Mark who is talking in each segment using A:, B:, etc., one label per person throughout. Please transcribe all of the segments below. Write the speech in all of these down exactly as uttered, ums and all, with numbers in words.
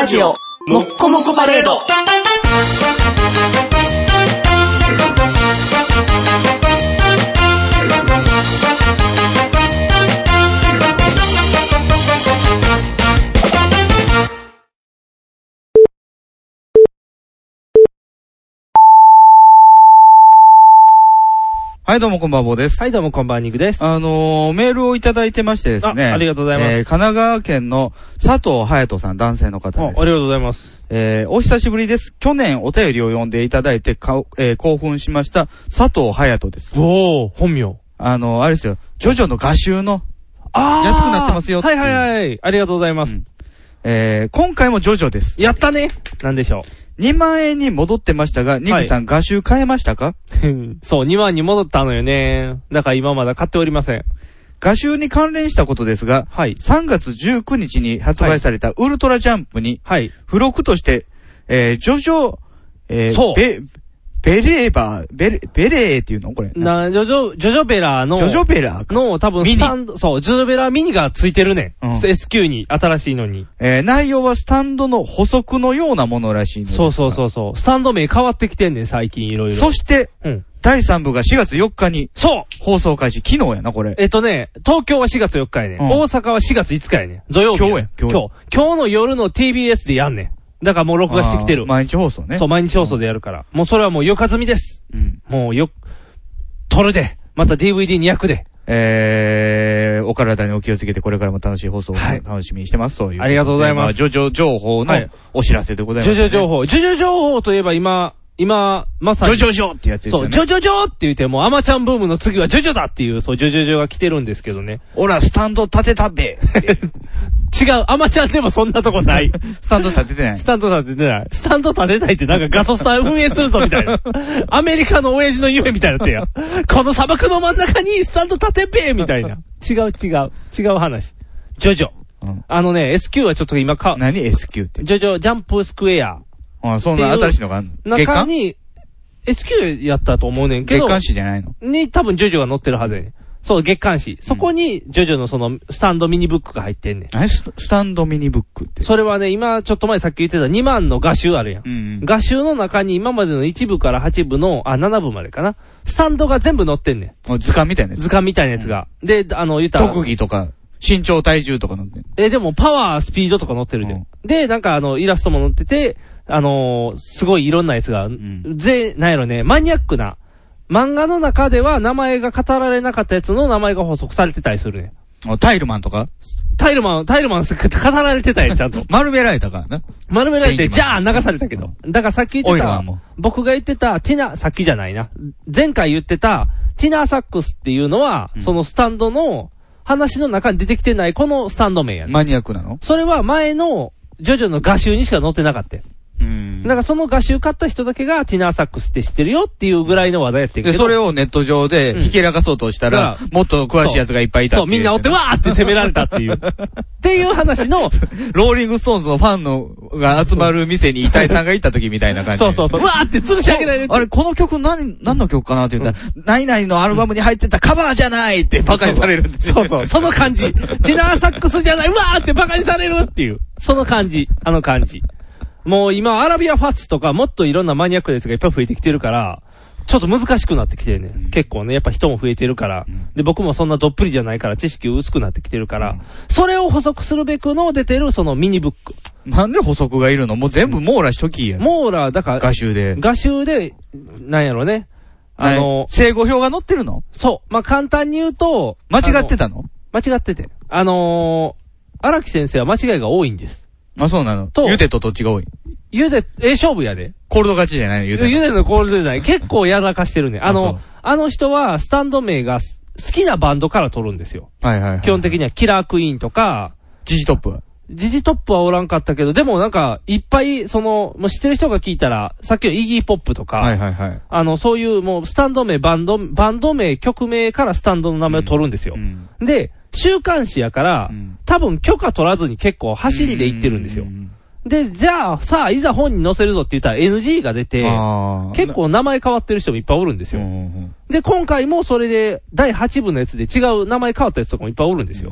A: ジオもっこもこパレード。
B: はいどうもこんばんは、坊です。
C: はいどうもこんばんは、ニクです。
B: あのー、メールをいただいてましてですね。
C: あ、ありがとうございます。
B: えー、神奈川県の佐藤隼人さん、男性の方です。
C: あ、ありがとうございます。
B: えー、お久しぶりです。去年お便りを読んでいただいてか、えー、興奮しました佐藤隼人です。
C: おー、本名。
B: あのー、あれですよ、ジョジョの画集の、あ安くなってますよ。
C: はいはいはい。ありがとうございます。うん、
B: えー、今回もジョジョです。
C: やったね。なんでしょう。
B: にまんえんに戻ってましたが、ニクさん、はい、画集買えましたか？
C: そう、にまんに戻ったのよね。だから今まだ買っておりません。
B: 画集に関連したことですが、はい、さんがつじゅうくにちに発売されたウルトラジャンプに、はい、付録として、えー、ジョジョ、えー、そうベ、ベレーバー、ベレ、ベレーっていうのこれ。
C: な、ジョジョ、ジョジョベラーの、
B: ジョジョベラーか
C: の、多分スタンド、そう、ジョジョベラーミニがついてるね。うん、エスキュー に、新しいのに。
B: えー、内容はスタンドの補足のようなものらしいのです。
C: そうそうそうそう。スタンド名変わってきてんねん、最近いろいろ。
B: そして、うん。だいさんぶがしがつよっかに。
C: そう
B: 放送開始。昨日やな、これ。
C: えっとね、東京はしがつよっかやね、うん。大阪はしがついつかやね。土曜日。
B: 今日や、
C: 今日。今日。今日の夜の ティービーエス でやんねん。だからもう録画してきてる。
B: 毎日放送ね。
C: そう、毎日放送でやるから。うん、もうそれはもうよかずみです。うん。もうよ、撮るで。また ディーブイディーにひゃく で。
B: えー、お体にお気をつけてこれからも楽しい放送を楽しみにしてますという、はい。
C: ありがとうございます。
B: ジョジョ情報のお知らせでございます、ね。
C: ジョジョ情報。ジョジョ情報といえば今、今、まさに。
B: ジョジョジョってやつですよね。
C: そう、ジョジョジョって言ってもうアマちゃんブームの次はジョジョだっていう、そう、ジョジョジョが来てるんですけどね。
B: おら、スタンド立てたべ。
C: 違う、アマちゃんでもそんなとこない。
B: スタンド立ててない。
C: スタンド立ててない。スタンド立てたいってなんかガソスタ運営するぞみたいな。アメリカの親父の夢みたいになってや。この砂漠の真ん中にスタンド立てべみたいな。違う違う。違う話。ジョジョ。うん、あのね、エスキュー はちょっと今か。
B: 何 エスキュー って。
C: ジョジョジャンプスクエア。
B: あ、そんな新しいのがあるの？
C: 中に、エスキュー やったと思うねんけど。
B: 月刊誌じゃないの？
C: に多分ジョジョが載ってるはずやねん。そう、月刊誌。そこに、ジョジョのその、スタンドミニブックが入ってんねん。
B: 何スタンドミニブックって。
C: それはね、今、ちょっと前さっき言ってたにまんの画集あるやん。うんうん、画集の中に今までのいちぶからはちぶの、あ、ななぶまでかな。スタンドが全部載ってんね
B: ん。図鑑みたいなやつ。
C: 図鑑みたいなやつが。うん、で、あの、言ったら。
B: 特技とか、身長体重とか載ってん
C: え、でも、パワー、スピードとか載ってるで、うん。で、なんかあの、イラストも載ってて、あのー、すごいいろんなやつが、うん、ぜ、なんやろね、マニアックな。漫画の中では名前が語られなかったやつの名前が補足されてたりするね。
B: タイルマンとか
C: タイルマン、タイルマン語られてたやん、ちゃんと。
B: 丸められたからな。
C: 丸められて、じゃあ流されたけど。だからさっき言ってた、僕が言ってた、ティナ、さっきじゃないな。前回言ってた、ティナーサックスっていうのは、うん、そのスタンドの話の中に出てきてないこのスタンド名やね。
B: マニアックなの？
C: それは前の、ジョジョの画集にしか載ってなかったよ。うん。だからその画集買った人だけがティナーサックスって知ってるよっていうぐらいの話題やってるけど。
B: で、それをネット上でひけらかそうとしたら、うん、もっと詳しい奴がいっぱいいたっていう。
C: そう、みんなおってわーって責められたっていう。っていう話の、
B: ローリングストーンズのファンのが集まる店に遺体さんが行った時みたいな感じ。
C: そうそうそう。うわーって吊るし上げられる。
B: あれ、この曲何、何の曲かなって言ったら、うん、何々のアルバムに入ってたカバーじゃないってバカにされるんですよ。
C: そうそう。その感じ。ティナーサックスじゃない、うわーってバカにされるっていう。その感じ。あの感じ。もう今、アラビアファッツとかもっといろんなマニアックなやつがいっぱい増えてきてるから、ちょっと難しくなってきてるね、うん。結構ね、やっぱ人も増えてるから、うん、で、僕もそんなどっぷりじゃないから知識薄くなってきてるから、うん、それを補足するべくの出てるそのミニブック。
B: なんで補足がいるの？もう全部網羅しときや。
C: 網羅、だから、
B: 画集で。
C: 画集で、なんやろね。あの、
B: 正誤表が載ってるの？
C: そう。まあ、簡単に言うと、
B: 間違ってたの？
C: 間違ってて。あのー、荒木先生は間違いが多いんです。
B: あ、そうなの？と、ゆでとどっちが多い？
C: ゆで、ええ勝負やで。
B: コールド勝ちじゃないの？ゆで。
C: ゆでのコールドじゃない。結構やらかしてるね。あの、あ, あの人はスタンド名が好きなバンドから取るんですよ。
B: はいはい、はい。
C: 基本的にはキラークイーンとか、
B: ジジトップは
C: ジジトップはおらんかったけど、でもなんか、いっぱい、その、もう知ってる人が聞いたら、さっきのイギーポップとか、
B: はいはいはい。
C: あの、そういうもうスタンド名、バンド、バンド名、曲名からスタンドの名前を取るんですよ。うんうん、で、週刊誌やから、うん、多分許可取らずに結構走りで行ってるんですよ。うんうんうんで、じゃあ、さあ、いざ本に載せるぞって言ったら エヌジー が出て、結構名前変わってる人もいっぱいおるんですよ。うんうん、で、今回もそれで、だいはちぶのやつで違う名前変わったやつとかもいっぱいおるんですよ。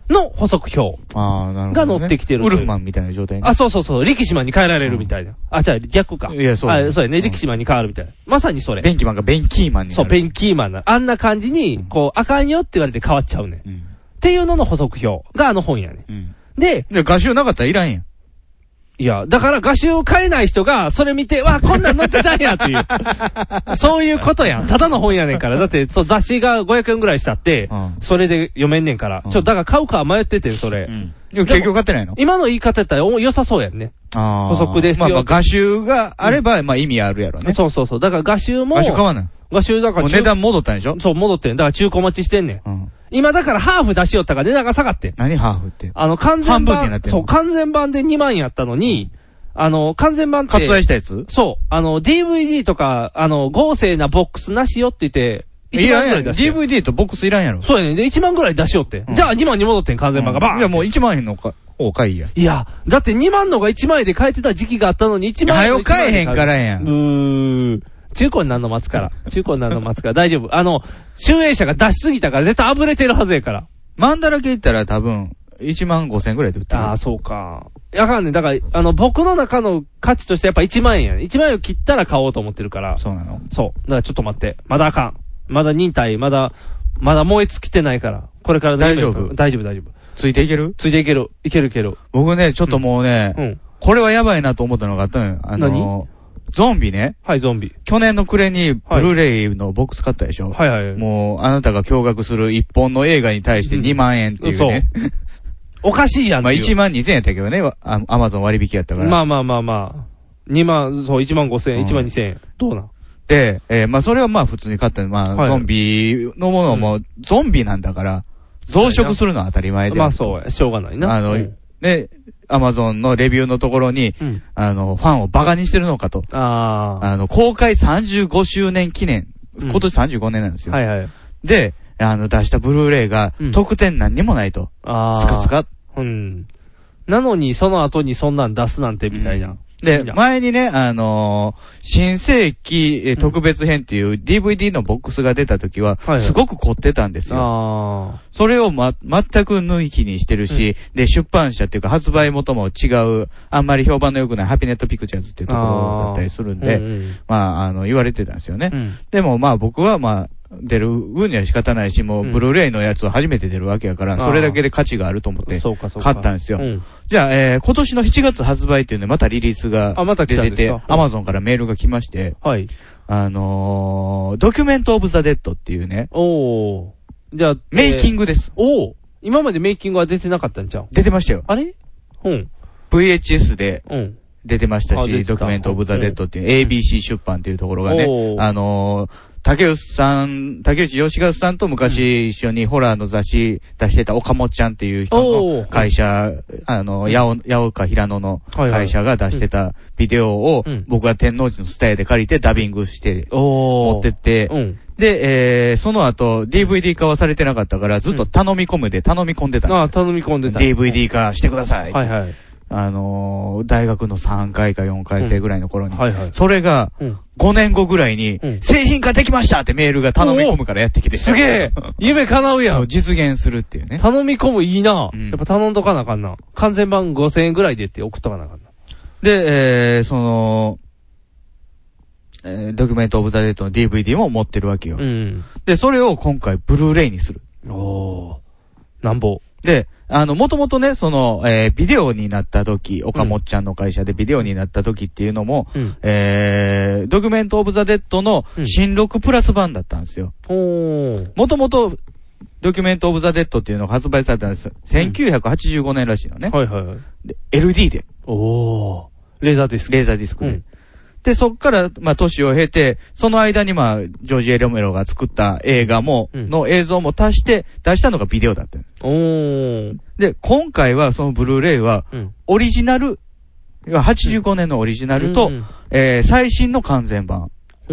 C: の補足表が載ってきてる。
B: ウルフマンみたいな状態ね。
C: あ、そうそうそう。力士マンに変えられるみたいな。あ、じゃあ逆か。
B: いや、そう。
C: あ、そうやね。力士マンに変わるみたいな。まさにそれ。
B: ベンキマンがベンキーマンになる。
C: そう、ベンキーマンな。あんな感じに、こう、あかんよって言われて変わっちゃうね。っていうのの補足表があの本やね。で、
B: で、画集なかったらいらんやん。
C: いや、だから画集を買えない人が、それ見て、わ、こんなん載ってたんやっていう。そういうことやん。ただの本やねんから。だって、そう、雑誌がごひゃくえんぐらいしたって、うん、それで読めんねんから。うん、ちょ、だから買うか迷っててん、それ。うん。
B: でも結局買ってないの？
C: 今の言い方やったら良さそうやんね。
B: ああ。
C: 補足ですよ。
B: まあまあ画集があれば、まあ意味あるやろね。
C: そうそうそう。だから画集も。
B: 画集買わない。
C: 画集だから。
B: 値段戻ったんでしょ？
C: そう、戻ってん。だから中古待ちしてんねん。うん。今だからハーフ出しよったから値段が下がってん。
B: 何ハーフって？
C: あの、完全版。
B: 半分になってんの？
C: そう、完全版でにまんやったのに、あの、完全版って。
B: 割愛したやつ？
C: そう。あの、ディーブイディー とか、あの、合成なボックスなしよって言って、
B: いらんやろ。ディーブイディー とボックスいらんやろ。
C: そうやね。で、いちまんぐらい出しよって。うん、じゃあにまんに戻ってん、完全版が。バーン、
B: いや、もういちまん円の方買いや。
C: いや、だってにまんのがいちまん円で買えてた時期があったのにいちまん円。
B: はよ買えへんからやん。
C: うーん。中古になんの待つから。中古になんの待つから。大丈夫。あの、集英社が出しすぎたから絶対あぶれてるはずやから。
B: マンだらけ言ったら多分、いちまんごせんぐらいで売ってる。
C: ああ、そうか。やかんね。だから、あの、僕の中の価値としてやっぱいちまん円やね。いちまん円を切ったら買おうと思ってるから。
B: そうなの？
C: そう。だからちょっと待って。まだあかん。まだ忍耐、まだ、まだ燃え尽きてないから。これから
B: 大丈夫？
C: 大丈夫、大丈夫。
B: ついていける？
C: ついていける。いけるいける。
B: 僕ね、ちょっともうね、うん。うん、これはやばいなと思ったのがあったのよ。あのー、
C: 何？
B: ゾンビね。
C: はい、ゾンビ。
B: 去年の暮れに、ブルーレイのボックス買ったでしょ？
C: はいはいはい。
B: もう、あなたが驚愕する一本の映画に対してにまんえんっていうね。うん、そう。
C: おかしいやん。
B: まあいちまんにせんえんやったけどね、アマゾン割引やったから。
C: まあまあまあまあ。にまん、そう、いちまんごせんえん、うん、いちまんにせんえん。どうなん？
B: で、えー、まあそれはまあ普通に買ったまあ、はい、ゾンビのものも、うん、ゾンビなんだから、増殖するのは当たり前で。
C: まあそう、しょうがないな。
B: あの、うん、で、アマゾンのレビューのところに、うん、あの、ファンをバカにしてるのかと。
C: ああ。
B: あの、公開さんじゅうごしゅうねん記念。今年さんじゅうごねんなんですよ。
C: はいはい。
B: で、あの、出したブルーレイが、特典何にもないと。
C: ああ。
B: スカスカ。
C: うん。なのに、その後にそんなん出すなんて、みたいな。うん、
B: で、前にね、あのー、新世紀特別編っていう ディーブイディー のボックスが出た時は、すごく凝ってたんですよ。
C: はいはい、
B: それをま、全く抜きにしてるし、うん、で、出版社っていうか発売元も違う、あんまり評判の良くないハピネットピクチャーズっていうところだったりするんで、うんうん、まあ、あの、言われてたんですよね。うん、でもまあ僕はまあ、出る分には仕方ないし、もう、ブルーレイのやつは初めて出るわけやから、うん、それだけで価値があると思って、買ったんですよ。うん、じゃあ、えー、今年のしちがつ発売っていうので、またリリースが出てて、アマゾンからメールが来まして、
C: はい。
B: あのー、ドキュメントオブザ・デッドっていうね。
C: おー。じゃあ、
B: メイキングです。
C: えー、おー。今までメイキングは出てなかったんちゃう？
B: 出てましたよ。
C: あれ？うん。
B: ブイエイチエス で、
C: うん。
B: 出てましたし、ドキュメントオブザ・デッドっていう、うん、エービーシー 出版っていうところがね、あのー、竹内さん、竹内義和さんと昔一緒にホラーの雑誌出してた岡本ちゃんっていう人の会社、あの、八尾、八岡平野の会社が出してたビデオを僕が天王寺のスタイルで借りてダビングして持ってって、で、えー、その後 ディーブイディー 化はされてなかったからずっと頼み込むで頼み込んでたんですよ。
C: ああ、頼み込んでた。
B: ディーブイディー 化してください。
C: はいはい。
B: あのー、大学のさんかいかよんかい生ぐらいの頃に。
C: うん、はいはい。
B: それが、ごねんごぐらいに、うん、製品化できましたってメールが頼み込むからやってきて。
C: すげえ夢叶うやん。
B: 実現するっていうね。
C: 頼み込むいいな、うん、やっぱ頼んどかなあかんな。完全版ごせんえんぐらいでって送っとかなあかんな。
B: で、えー、その、えー、ドキュメントオブザデッドの ディーブイディー も持ってるわけよ。
C: うん。
B: で、それを今回ブルーレイにする。
C: おー。なんぼ。
B: で、あの、もともとね、その、えー、ビデオになった時、岡本ちゃんの会社でビデオになった時っていうのも、うん、えー、ドキュメントオブザデッドの新録プラス版だったんですよ。もともと、ドキュメントオブザデッドっていうのが発売されたんです。せんきゅうひゃくはちじゅうごねんらしいのね。
C: はいはいはい。
B: で、エルディー で。
C: おー。レーザーディスク。
B: レーザーディスクで。うんで、そっから、まあ、年を経て、その間に、まあ、ジョージ・エロメロが作った映画も、うん、の映像も足して、出したのがビデオだったんです。
C: おー。
B: で、今回は、そのブルーレイは、うん、オリジナル、はちじゅうごねんのオリジナルと、うん、えー、最新の完全版。
C: うん。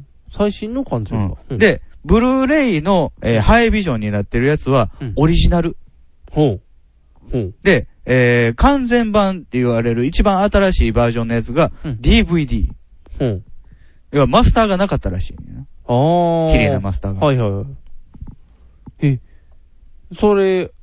C: 最新の完全版。
B: うん、で、ブルーレイの、えー、ハイビジョンになってるやつは、オリジナル。
C: ほう。ほう。
B: で、えー、完全版って言われる一番新しいバージョンのやつが、うん、ディーブイディー。
C: うん。
B: 要はマスターがなかったらしいね。
C: ああ。
B: 綺麗なマスターが。
C: はいはいはい。え、それ、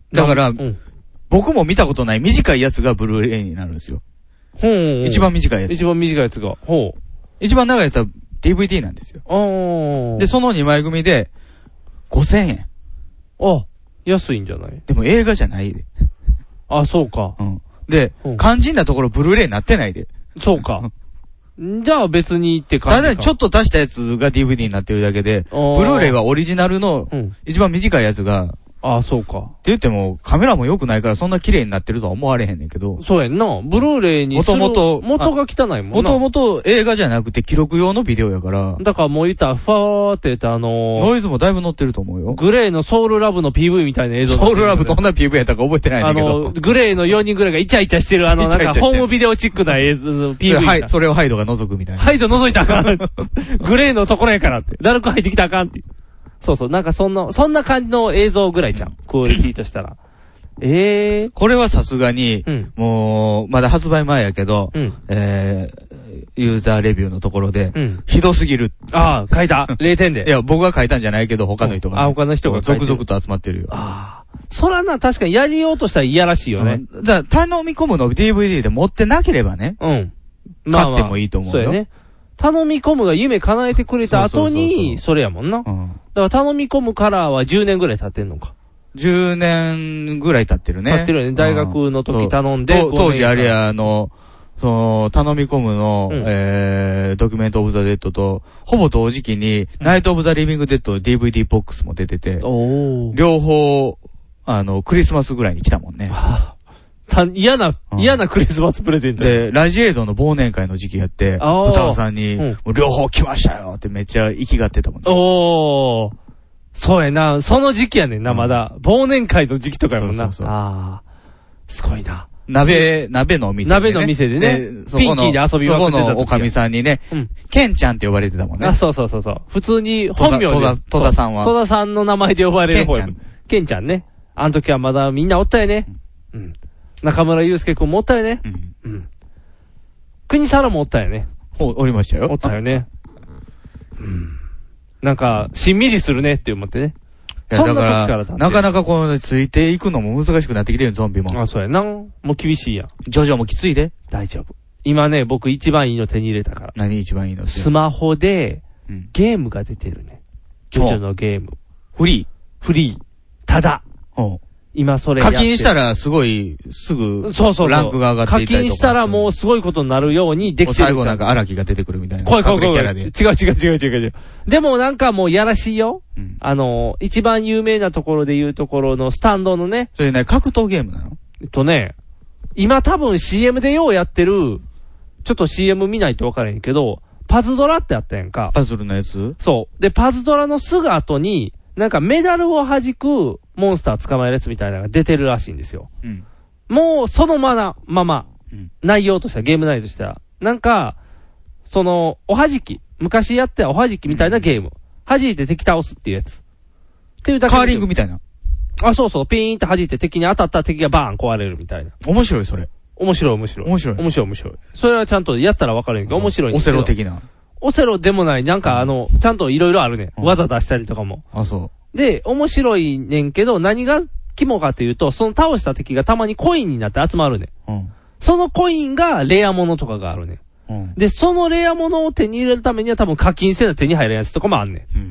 B: だから、うん、僕も見たことない短いやつがブルーレイになるんですよ。
C: ほう。
B: 一番短いやつ。
C: 一番短いやつが。ほう。
B: 一番長いやつは ディーブイディー なんですよ。
C: あ
B: で、そのにまい組でごせんえん。
C: あ、安いんじゃない？
B: でも映画じゃないで。
C: あ、そうか。
B: うん。で、うん、肝心なところブルーレイになってないで。
C: そうか。じゃあ別にって感じか。
B: ただちょっと足したやつが ディーブイディー になってるだけで、ブルーレイはオリジナルの一番短いやつが、
C: ああ、そうか。
B: って言っても、カメラも良くないからそんな綺麗になってるとは思われへんねんけど。
C: そうやんな。ブルーレイにする元々、元が汚いもんな。
B: 元々映画じゃなくて記録用のビデオやから。
C: だからもう言ったら、ファーって言ったあのー、
B: ノイズもだいぶ乗ってると思うよ。
C: グレーのソウルラブの ピーブイ みたいな映像、
B: ね。ソウルラブどんな ピーブイ やったか覚えてないんだけど。
C: あの、グレーのよにんぐらいがイチャイチャしてるあの、なんかホームビデオチックな映像、ピーブイ。
B: はい、それをハイドが覗くみたいな。
C: ハイド覗いたらあかん。グレーのところやからって。ダルク入ってきたらあかんって。そうそう、なんかそんな、そんな感じの映像ぐらいじゃん。クオリティとしたら。ええー。
B: これはさすがに、うん、もう、まだ発売前やけど、うん、えー、ユーザーレビューのところで、うん、ひどすぎる。
C: ああ、書いた ?れい 点で。
B: いや、僕が書いたんじゃないけど、他の人が、ね。
C: あ、他の人が書いてる。
B: 続々と集まってるよ。
C: ああ。そらな、確かにやりようとしたら嫌らしいよね。
B: うん、だから、頼み込むの ディーブイディー で持ってなければね。
C: うん。
B: まあ、買ってもいいと思うよ。
C: そうやね。頼み込むが夢叶えてくれた後に、それやもんな。うん、だから頼み込むカラーはじゅうねんぐらい経ってんのか。
B: じゅうねんぐらい経ってるね。
C: 経ってるよね。大学の時頼んで。
B: 当時あれや、あの、その、頼み込むの、うん、えー、ドキュメントオブザデッドと、ほぼ同時期に、うん、ナイトオブザリビングデッドの ディーブイディー ボックスも出てて、
C: お
B: 両方、あの、クリスマスぐらいに来たもんね。
C: た嫌な、嫌なクリスマスプレゼント。
B: で、ラジエードの忘年会の時期やって、歌尾さんに、うん、もう両方来ましたよってめっちゃ生きがってたもんね。
C: おー。そうやな。その時期やねんな、まだ。うん、忘年会の時期とかやもんな。そうそうそう。あー。すごいな。
B: 鍋、鍋のお店
C: で、ね。鍋の店でね。ピンキーで遊びまくってた時。
B: そこのおかみさんにね、うん、ケンちゃんって呼ばれてたもんね。
C: あ、そうそうそうそう。普通に本名で。
B: 戸田、戸田さんは。
C: 戸田さんの名前で呼ばれる方や。ケンちゃん。ケンちゃんね。あの時はまだみんなおったよね。うん。うん、中村祐介くんもおったよね。うん。うん。国皿もおったよね。
B: お、おりましたよ。
C: おったよね。うん。なんか、しんみりするねって思ってね。
B: そんな時からだなかなかこの、ついていくのも難しくなってきてるゾンビも。
C: あ、そうやな。もう厳しいやん。
B: ジョジョもきついで。
C: 大丈夫。今ね、僕一番いいの手に入れたから。
B: 何一番いいの？
C: スマホで、ゲームが出てるね。ジョジョのゲーム。
B: フリ
C: ー。フリー。ただ。今それ
B: 課金したらすごい、すぐ、
C: そうそう。
B: ランクが上がっていったりとか。
C: 課金したらもうすごいことになるようにできてる。
B: 最後なんか荒木が出てくるみたいな。
C: 怖い怖い怖い。違う違う違う違う違う。でもなんかもうやらしいよ。うん、あの、一番有名なところで言うところのスタンドのね。
B: それね、格闘ゲームなの？
C: えっとね、今多分 シーエム でようやってる、ちょっと シーエム 見ないとわからへんけど、パズドラってあったやんか。
B: パズルのやつ？
C: そう。で、パズドラのすぐ後に、なんかメダルを弾くモンスター捕まえるやつみたいなのが出てるらしいんですよ。うん、もうそのまま、まま、うん、内容としては、ゲーム内容としては、なんか、その、おはじき、昔やってたおはじきみたいなゲーム。弾いて敵倒すっていうやつ。っていうだけ。
B: カーリングみたいな。
C: あ、そうそう、ピーンって弾いて敵に当たったら敵がバーン壊れるみたいな。
B: 面白いそれ。
C: 面白い面白い。
B: 面白い。
C: 面白い面白い。それはちゃんとやったらわかるんやけど、面白いん
B: ですけど。オセロ的な。
C: オセロでもない、なんかあの、ちゃんといろいろあるね、うん。技出したりとかも。
B: あ、そう。
C: で、面白いねんけど、何が肝かというと、その倒した敵がたまにコインになって集まるね、うん。そのコインがレア物とかがあるね、うん。で、そのレア物を手に入れるためには多分課金せな手に入るやつとかもあんねん。うん、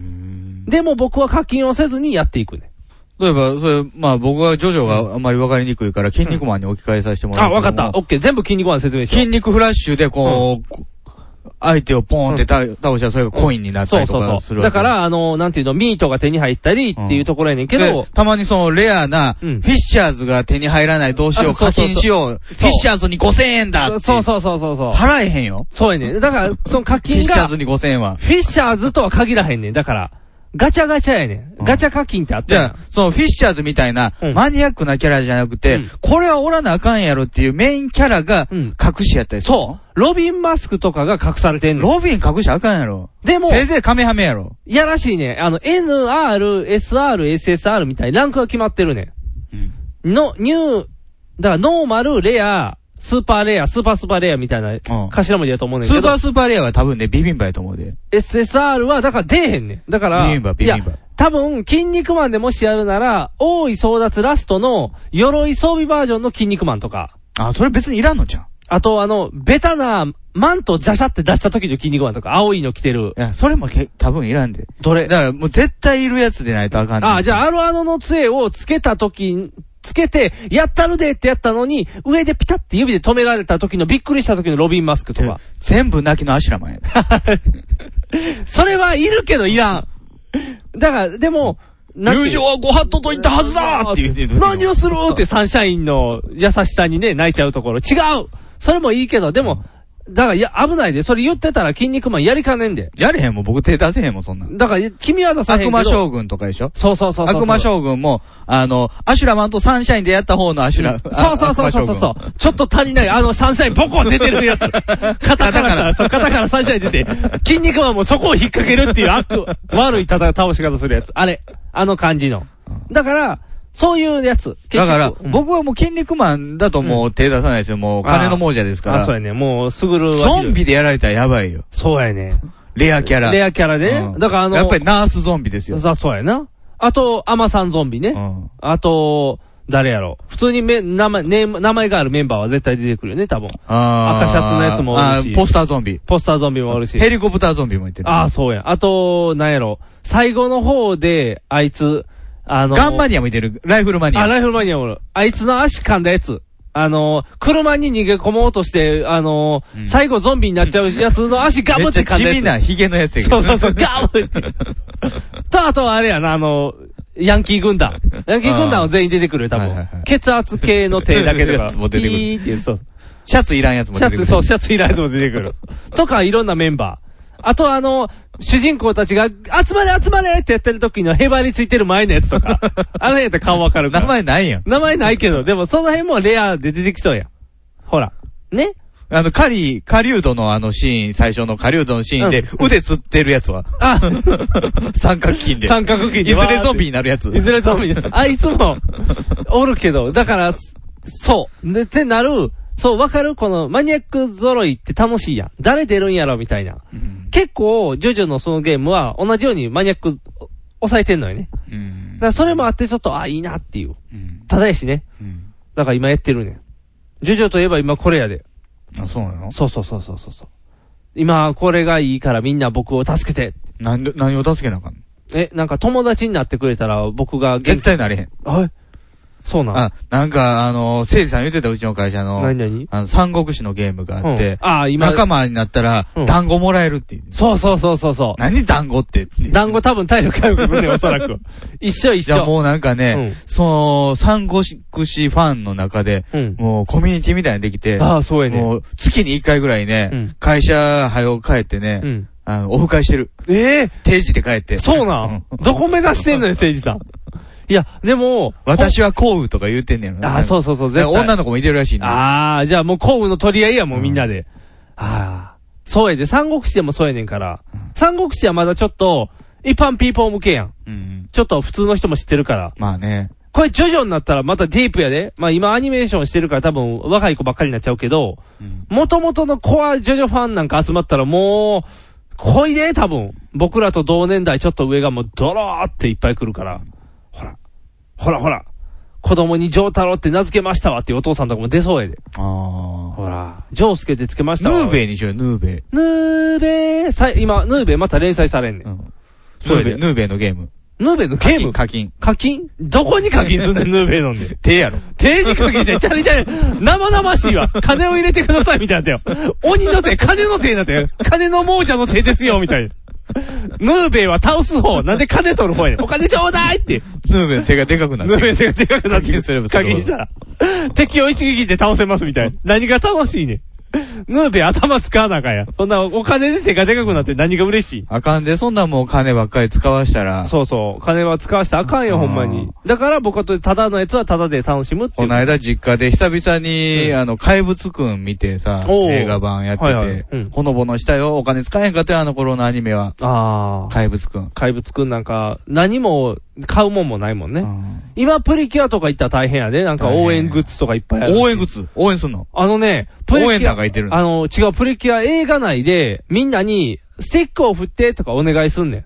C: でも僕は課金をせずにやっていくね。
B: 例えば、それ、まあ僕はジョジョがあんまりわかりにくいから、筋肉マンに置き換えさせてもらう、
C: うん。あ、わかった。オッケー。全部筋肉マン説明して。
B: 筋肉フラッシュでこう、うん、相手をポーンって倒したらそれがコインになったりとかするわけ、うん、そうそうそう。だから、あの、なんていうの、ミートが手に入ったりっていうところやねんけど、うん、たまにそのレアな、フィッシャーズが手に入らないどうしよう、課金しよう、フィッシャーズにごせんえんだって
C: そうそうそうそうそう。
B: 払えへんよ。
C: そうやねん。だから、その課金が、
B: フィッシャーズにごせんえんは。
C: フィッシャーズとは限らへんねん。だから、ガチャガチャやねん。ガチャ課金ってあったやん。
B: じゃあ、そのフィッシャーズみたいな、マニアックなキャラじゃなくて、うん、これはおらなあかんやろっていうメインキャラが、隠しやったりする、うん。
C: そう。ロビンマスクとかが隠されてんねん。
B: ロビン隠しあかんやろ。
C: でも、
B: せいぜいカメハメやろ。
C: やらしいね。あの、エヌアール、エスアール、エスエスアール みたいなランクが決まってるねん。うん。の、ニュー、だからノーマル、レア、スーパーレア、スーパースーパーレアみたいな、頭文字だと思うねんけど。
B: スーパースーパーレアは多分ね、ビビンバやと思うで。
C: エスエスアール は、だから出えへんねん。だから、
B: ビビンバ、ビビンバ。
C: 多分、筋肉マンでもしやるなら、大井争奪ラストの鎧装備バージョンの筋肉マンとか。
B: あ、それ別にいらんのじゃん。
C: あと、あの、ベタな、マントジャシャって出した時の筋肉マンとか、青いの着てる。
B: いや、それもけ多分いらんで。
C: どれ？
B: だからもう絶対いるやつでないとあかんねん。
C: あ、じゃあ、アルアノの杖をつけた時、つけて、やったるでってやったのに、上でピタって指で止められた時のびっくりした時のロビンマスクとか。
B: 全部泣きのアシュラマンや。
C: それはいるけどいらん。だから、でも、
B: 友情はご法度と言ったはずだって言ってる。
C: 何をするってサンシャインの優しさにね、泣いちゃうところ。違うそれもいいけど、でも、だから、いや、危ないで。それ言ってたら筋肉マンやりかねんで。
B: やれへんもん、僕手出せへんもん、そんなん。
C: だから、君は出さへんけど。
B: 悪魔将軍とかでしょ？
C: そうそうそうそう。
B: 悪魔将軍も、あの、アシュラマンとサンシャインでやった方のアシュラ、うん、
C: そうそうそうそうそう。ちょっと足りない、あのサンシャインポコン出てるやつ。肩からさ、肩からサンシャイン出て、筋肉マンもそこを引っ掛けるっていう悪、悪い倒し方するやつ。あれ。あの感じの。だから、そういうやつ。
B: だから、うん、僕はもう筋肉マンだともう手出さないですよ。もう金の亡者ですから。
C: あ、そうやね。もう、すぐる。
B: ゾンビでやられたらやばいよ。
C: そうやね。
B: レアキャラ。
C: レアキャラでね。うん、だからあの。
B: やっぱりナースゾンビですよ。
C: そう、そうやな。あと、アマさんゾンビね。うん、あと、誰やろ。普通にめ、名前、ね、名前があるメンバーは絶対出てくるよね、多分。あ赤シャツのやつもおるし。
B: ポスターゾンビ。
C: ポスターゾンビもおるし。
B: ヘリコプターゾンビもいてる。
C: ああ、そうや。あと、なんやろ。最後の方で、あいつ、あの、
B: ガンマニアもいてる。ライフルマニア。
C: あ、ライフルマニアもおる。あいつの足噛んだやつ。あの、車に逃げ込もうとして、あの、うん、最後ゾンビになっちゃうやつの足ガブって噛んだやつ。
B: めっちゃ地味なヒゲのやつや
C: けど。そうそうそう、ガブって。と、あとはあれやな、あの、ヤンキー軍団。ヤンキー軍団は全員出てくるよ、多分。はいはいはい、血圧計の手だけとか。
B: も出てくる。
C: いーってそう。
B: シャツいらんやつも出てくる。
C: シャツ、そう、シャツいらんやつも出てくる。とか、いろんなメンバー。あとあの、主人公たちが、集まれ集まれってやってる時のヘバについてる前のやつとか。あの辺やったら顔わかるから。
B: 名前ないやん。
C: 名前ないけど、でもその辺もレアで出てきそうやん。ほら。ね
B: あの、カリ、狩人のあのシーン、最初の狩人のシーンで、腕つってるやつは。あ三角筋で。
C: 三角筋で。
B: いずれゾンビになるやつ。
C: いずれゾンビです。あいつも、おるけど、だから、そう。で、ってなる、そう、わかるこのマニアック揃いって楽しいやん。誰出るんやろみたいな。うん、結構、ジョジョのそのゲームは同じようにマニアック抑えてんのよね。うん、だからそれもあってちょっと、あ、いいなっていう。うん、ただやしね。うん、だから今やってるねん。ジョジョといえば今これやで。
B: あ、そうなの？
C: そうそうそうそうそう。今これがいいからみんな僕を助けて。
B: なんで、何を助けなあかんの？
C: え、なんか友達になってくれたら僕が
B: 絶対なれへん。
C: はい。そうなん
B: あ、なんか、あの、せいじさん言ってたうちの会社の、
C: 何々
B: あの、三国志のゲームがあって、うん、
C: あ今、
B: 仲間になったら、うん、団子もらえるっていう。
C: そうそうそうそうそう。
B: 何団子って。
C: 団子多分体力回復するね、おそらく。一緒一緒。
B: じゃあもうなんかね、うん、その、三国志ファンの中で、うん、もうコミュニティみたいにできて、
C: ああ、そうやね。
B: もう月に一回ぐらいね、うん、会社はよ帰ってね、うん、あの、オフ会してる。
C: ええー、
B: 定時で帰って。
C: そうなん、どこ目指してんのよ、せいじさん。いや、でも、
B: 私は幸運とか言うてんねん
C: な。あ、そうそうそう、絶対。
B: 女の子もいてるらしいね。
C: ああ、じゃあもう幸運の取り合いやもん、みんなで。ああ。そうやで、三国志でもそうやねんから。うん、三国志はまだちょっと、一般ピーポー向けやん。うん、ちょっと普通の人も知ってるから。
B: まあね。
C: これジョジョになったらまたディープやで。まあ今アニメーションしてるから多分若い子ばっかりになっちゃうけど、元々のコアジョジョファンなんか集まったらもう、濃いで、多分。僕らと同年代ちょっと上がもうドローっていっぱい来るから。ほら。ほらほら。子供にジョータロって名付けましたわっていうお父さんとかも出そうやで。ああ。ほら。ジョースケってつけましたわ。
B: ヌーベイにしよう、ヌーベイ。
C: ヌーベイ。さ、今、ヌーベイまた連載されんねん。うん、
B: ヌーベイ、ヌーベイのゲーム。
C: ヌーベイのゲーム
B: 課金。
C: 課金どこに課金すんねん、ヌーベイ飲んで。
B: 手やろ。
C: 手に課金して、チャリチャリ、生々しいわ。金を入れてください、みたいなよ。鬼の手、金の手になってよ。金の亡者の手ですよ、みたいな。ヌーベイは倒す方、なんで金取る方やねん。お金ちょうだいって。
B: ヌーベイの手がでかくなって。
C: ヌーベイの手がでかくなって。課
B: 金すれば
C: 課金したら。敵を一撃で倒せます、みたいな。何が楽しいねん。ヌーベイ頭使わなあかんや。そんなお金で手がでかくなって何が嬉しい？
B: あかんで、そんなもう金ばっかり使わしたら。
C: そうそう。金は使わしたらあかんよ、ほんまに。だから僕はただのやつはただで楽しむっていう。
B: この間実家で久々に、うん、あの、怪物くん見てさ、映画版やってて、はいはいうん、ほのぼのしたよ。お金使えへんかったよ、あの頃のアニメは。ああ。怪物くん。
C: 怪物くんなんか、何も買うもんもないもんね。今プリキュアとか行ったら大変やで。なんか応援グッズとかいっぱいある。
B: 応援グッズ応援すんの？
C: あのね、
B: プリキュア。応援なんかいてるの？
C: あの、違う、プリキュア映画内で、みんなに、スティックを振ってとかお願いすんねん。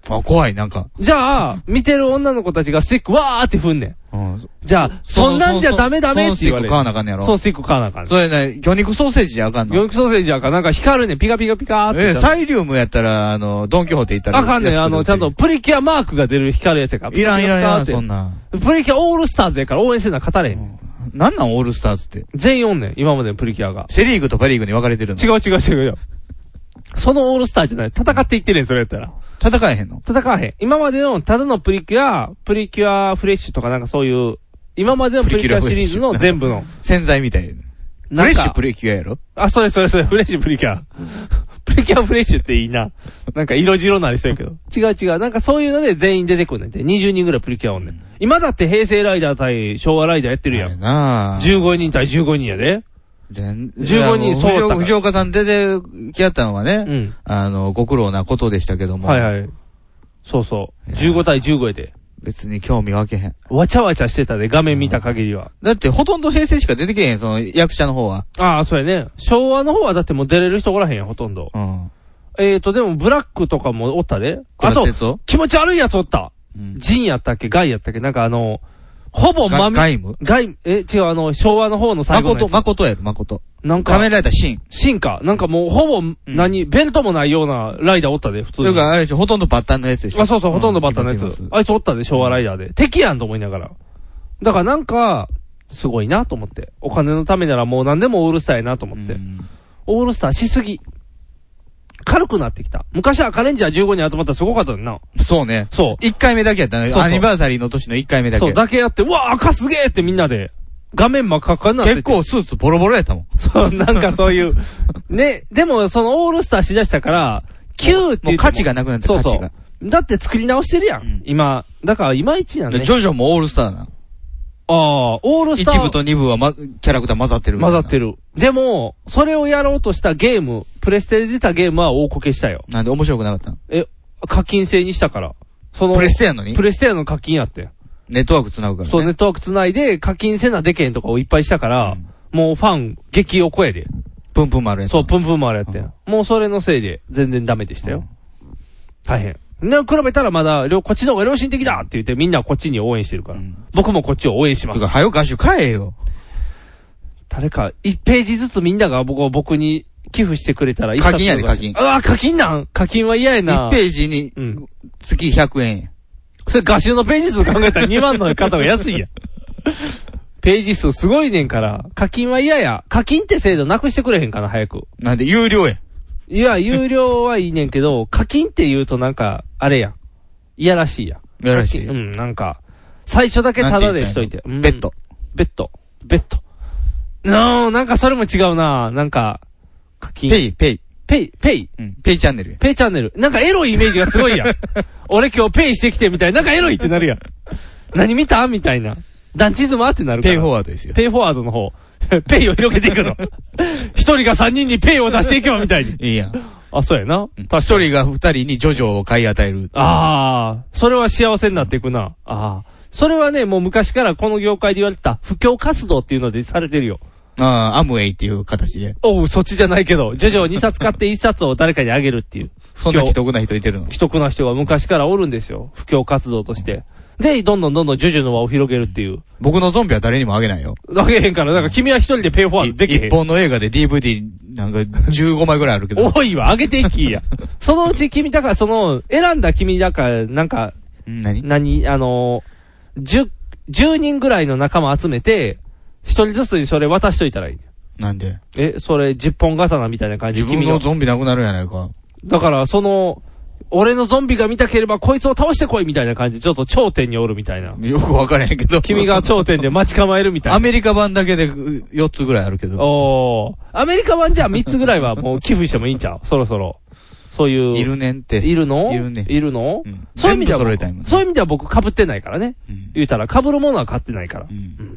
B: あ、怖い、なんか。
C: じゃあ、見てる女の子たちがスティックわーって踏んねん。うん、じゃあ、そんなんじゃダメダメって言われる。そのスティック買
B: わなあかんねやろ。
C: そのスティック買わなあかんねん。
B: それね、魚肉ソーセージじゃあかんの。
C: 魚肉ソーセージやあかん。なんか光るねん。ピカピカピカーって。
B: え、サイリウムやったら、あの、ドンキホーテ行ったら。
C: あかんねん。あの、ちゃんとプリキュアマークが出る光るやつやから。
B: いらんいらんいらん、そんな。
C: プリキュアオールスターズやから応援せな語れへん。うん、
B: なんなんオールスターズって。
C: 全員おんねん。今までのプリキュアが。
B: セリーグとパリーグに分かれてるの。
C: 違う違う違うよ。そのオールスターじゃない。戦っていってるん、それやったら。
B: 戦えへんの？
C: 戦えへん。今までのただのプリキュア、プリキュアフレッシュとかなんかそういう、今までのプリキュアシリーズの全部の。
B: 洗剤みたいな。フレッシュプリキュアやろ？
C: あ、それそれそれ、フレッシュプリキュア。プリキュアフレッシュっていいな。なんか色白なりそうやけど。違う違う。なんかそういうので全員出てくんねんて。にじゅうにんぐらいプリキュアおんねん。今だって平成ライダー対昭和ライダーやってるやん。
B: な
C: じゅうごにん対じゅうごにんやで。
B: 全
C: じゅうごにんそうだった。
B: 藤岡さん出てき合ったのはね、うん、あの、ご苦労なことでしたけども。
C: はいはい。そうそう。じゅうご対じゅうごやで。
B: 別に興味わけへん。
C: わちゃわちゃしてたで、画面見た限りは。
B: だってほとんど平成しか出てけへん、その役者の方は。
C: ああ、そうやね。昭和の方はだってもう出れる人おらへんやん、ほとんど。うん。えーと、でもブラックとかもおったで。あと、気持ち悪いやつおった。うん、ジンやったっけガイやったっけなんかあの、ほぼまみ、
B: ガイム
C: ガイム、え、違う、あの、昭和の方の最後のやつ。
B: 誠、誠やる、誠。
C: なんか。
B: 仮面ライダーシン。
C: シンか。なんかもうほぼ、何、うん、ベルトもないようなライダーおったで、普通に。
B: というか、あれでしょ、ほとんどバッタンのやつでしょ。
C: あ、そうそう、ほとんどバッタンのやつ。あいつおったで、昭和ライダーで。敵やんと思いながら。だからなんか、すごいなと思って。お金のためならもう何でもオールスターやなと思って。オールスターしすぎ。軽くなってきた。昔はカレンジャーじゅうごにん集まったらすごかったのにな。
B: そうね。
C: そう。
B: いっかいめだけやったね。そうそうアニバーサリーの年のいっかいめだけ。
C: そう、だけやって、うわ赤すげーってみんなで、画面真っ赤っかになってて。
B: 結構スーツボロボロやったもん。
C: そう、なんかそういう。ね、でもそのオールスターしだしたから、キューって言っても。
B: もう価値がなくなって
C: そうそう。価値が。だって作り直してるやん。うん、今。だからいまいちなんね。
B: ジョジョもオールスターな。
C: ああ、オールスター。
B: 一部と二部は、ま、キャラクター混ざってる。
C: 混ざってる。でも、それをやろうとしたゲーム、プレステで出たゲームは大こけしたよ。
B: なんで面白くなかったの？
C: え、課金制にしたから。
B: その、プレステやのに？
C: プレステやの課金やって。
B: ネットワーク繋ぐから、ね。
C: そう、ネットワーク繋いで課金せなでけへんとかをいっぱいしたから、うん、もうファン、激おこやで。
B: プンプンもあるやつ。
C: そう、プンプンもあるやって、うん。もうそれのせいで全然ダメでしたよ。うん、大変。ね、比べたらまだ、こっちの方が良心的だって言ってみんなこっちに応援してるから。うん、僕もこっちを応援します。
B: だから、早く画集買えよ。
C: 誰か、いちページずつみんなが僕を僕に寄付してくれたら、
B: 課金やで、課金。
C: ああ、課金なん課金は嫌やな。
B: いちページに、月ひゃくえんや。
C: それ画集のページ数考えたらにまんの方が安いやん。ページ数すごいねんから、課金は嫌や。課金って制度なくしてくれへんかな、早く。
B: なんで、有料やん。
C: いや、有料はいいねんけど、課金って言うとなんか、あれやん。いやらしいやん。
B: いやらしい。
C: うん、なんか、最初だけタダでしといて。
B: ベッド。
C: ベッド。ベッド。なあ、なんかそれも違うな。なんか、課金。
B: ペイ、ペイ。
C: ペイ、ペイ。
B: うん、ペイチャンネル。
C: ペイチャンネル。なんかエロいイメージがすごいやん。俺今日ペイしてきてみたいな。なんかエロいってなるやん。何見たみたいな。団地ズマってなるから。
B: ペイフォワードですよ。
C: ペイフォワードの方。ペイを広げていくの。一人が三人にペイを出していけばみたいに。
B: いいやん。
C: あ、そうやな。
B: 一人が二人にジョジョを買い与える。
C: ああ、それは幸せになっていくな。ああ。それはね、もう昔からこの業界で言われた布教活動っていうのでされてるよ。
B: ああ、アムウェイっていう形で。
C: おう、そっちじゃないけど、ジョジョをにさつ買っていっさつを誰かにあげるっていう。
B: そんな既得な人いてるの？
C: 既得な人が昔からおるんですよ。布教活動として。で、どんどんどんどんジョジョの輪を広げるっていう。
B: 僕のゾンビは誰にもあげないよ。
C: あげへんから、なんか君は一人でペイフォワードできへん。
B: 一本の映画で ディーブイディー なんかじゅうごまいぐらいあるけど。
C: 多いわ、あげていきや。そのうち君だから、その、選んだ君だから、なんか、
B: 何
C: 何あの、十、十人ぐらいの仲間集めて、一人ずつにそれ渡しといたらいい。
B: なんで？
C: え、それ十本刀みたいな感じ
B: で。自分のゾンビなくなるやないか。
C: だから、その、俺のゾンビが見たければこいつを倒してこいみたいな感じで、ちょっと頂点におるみたいな。
B: よくわからへんけど。
C: 君が頂点で待ち構えるみたいな。
B: アメリカ版だけでよっつぐらいあるけど。
C: おー。アメリカ版じゃあみっつぐらいはもう寄付してもいいんちゃう？そろそろ。そういう。
B: いるねんって。
C: いるの？
B: いるね。
C: いるの？
B: うん、
C: そういう意味では、
B: 揃えたいもんね。
C: そういう意味では僕被ってないからね。うん、言うたら被るものは買ってないから。
B: うんうん、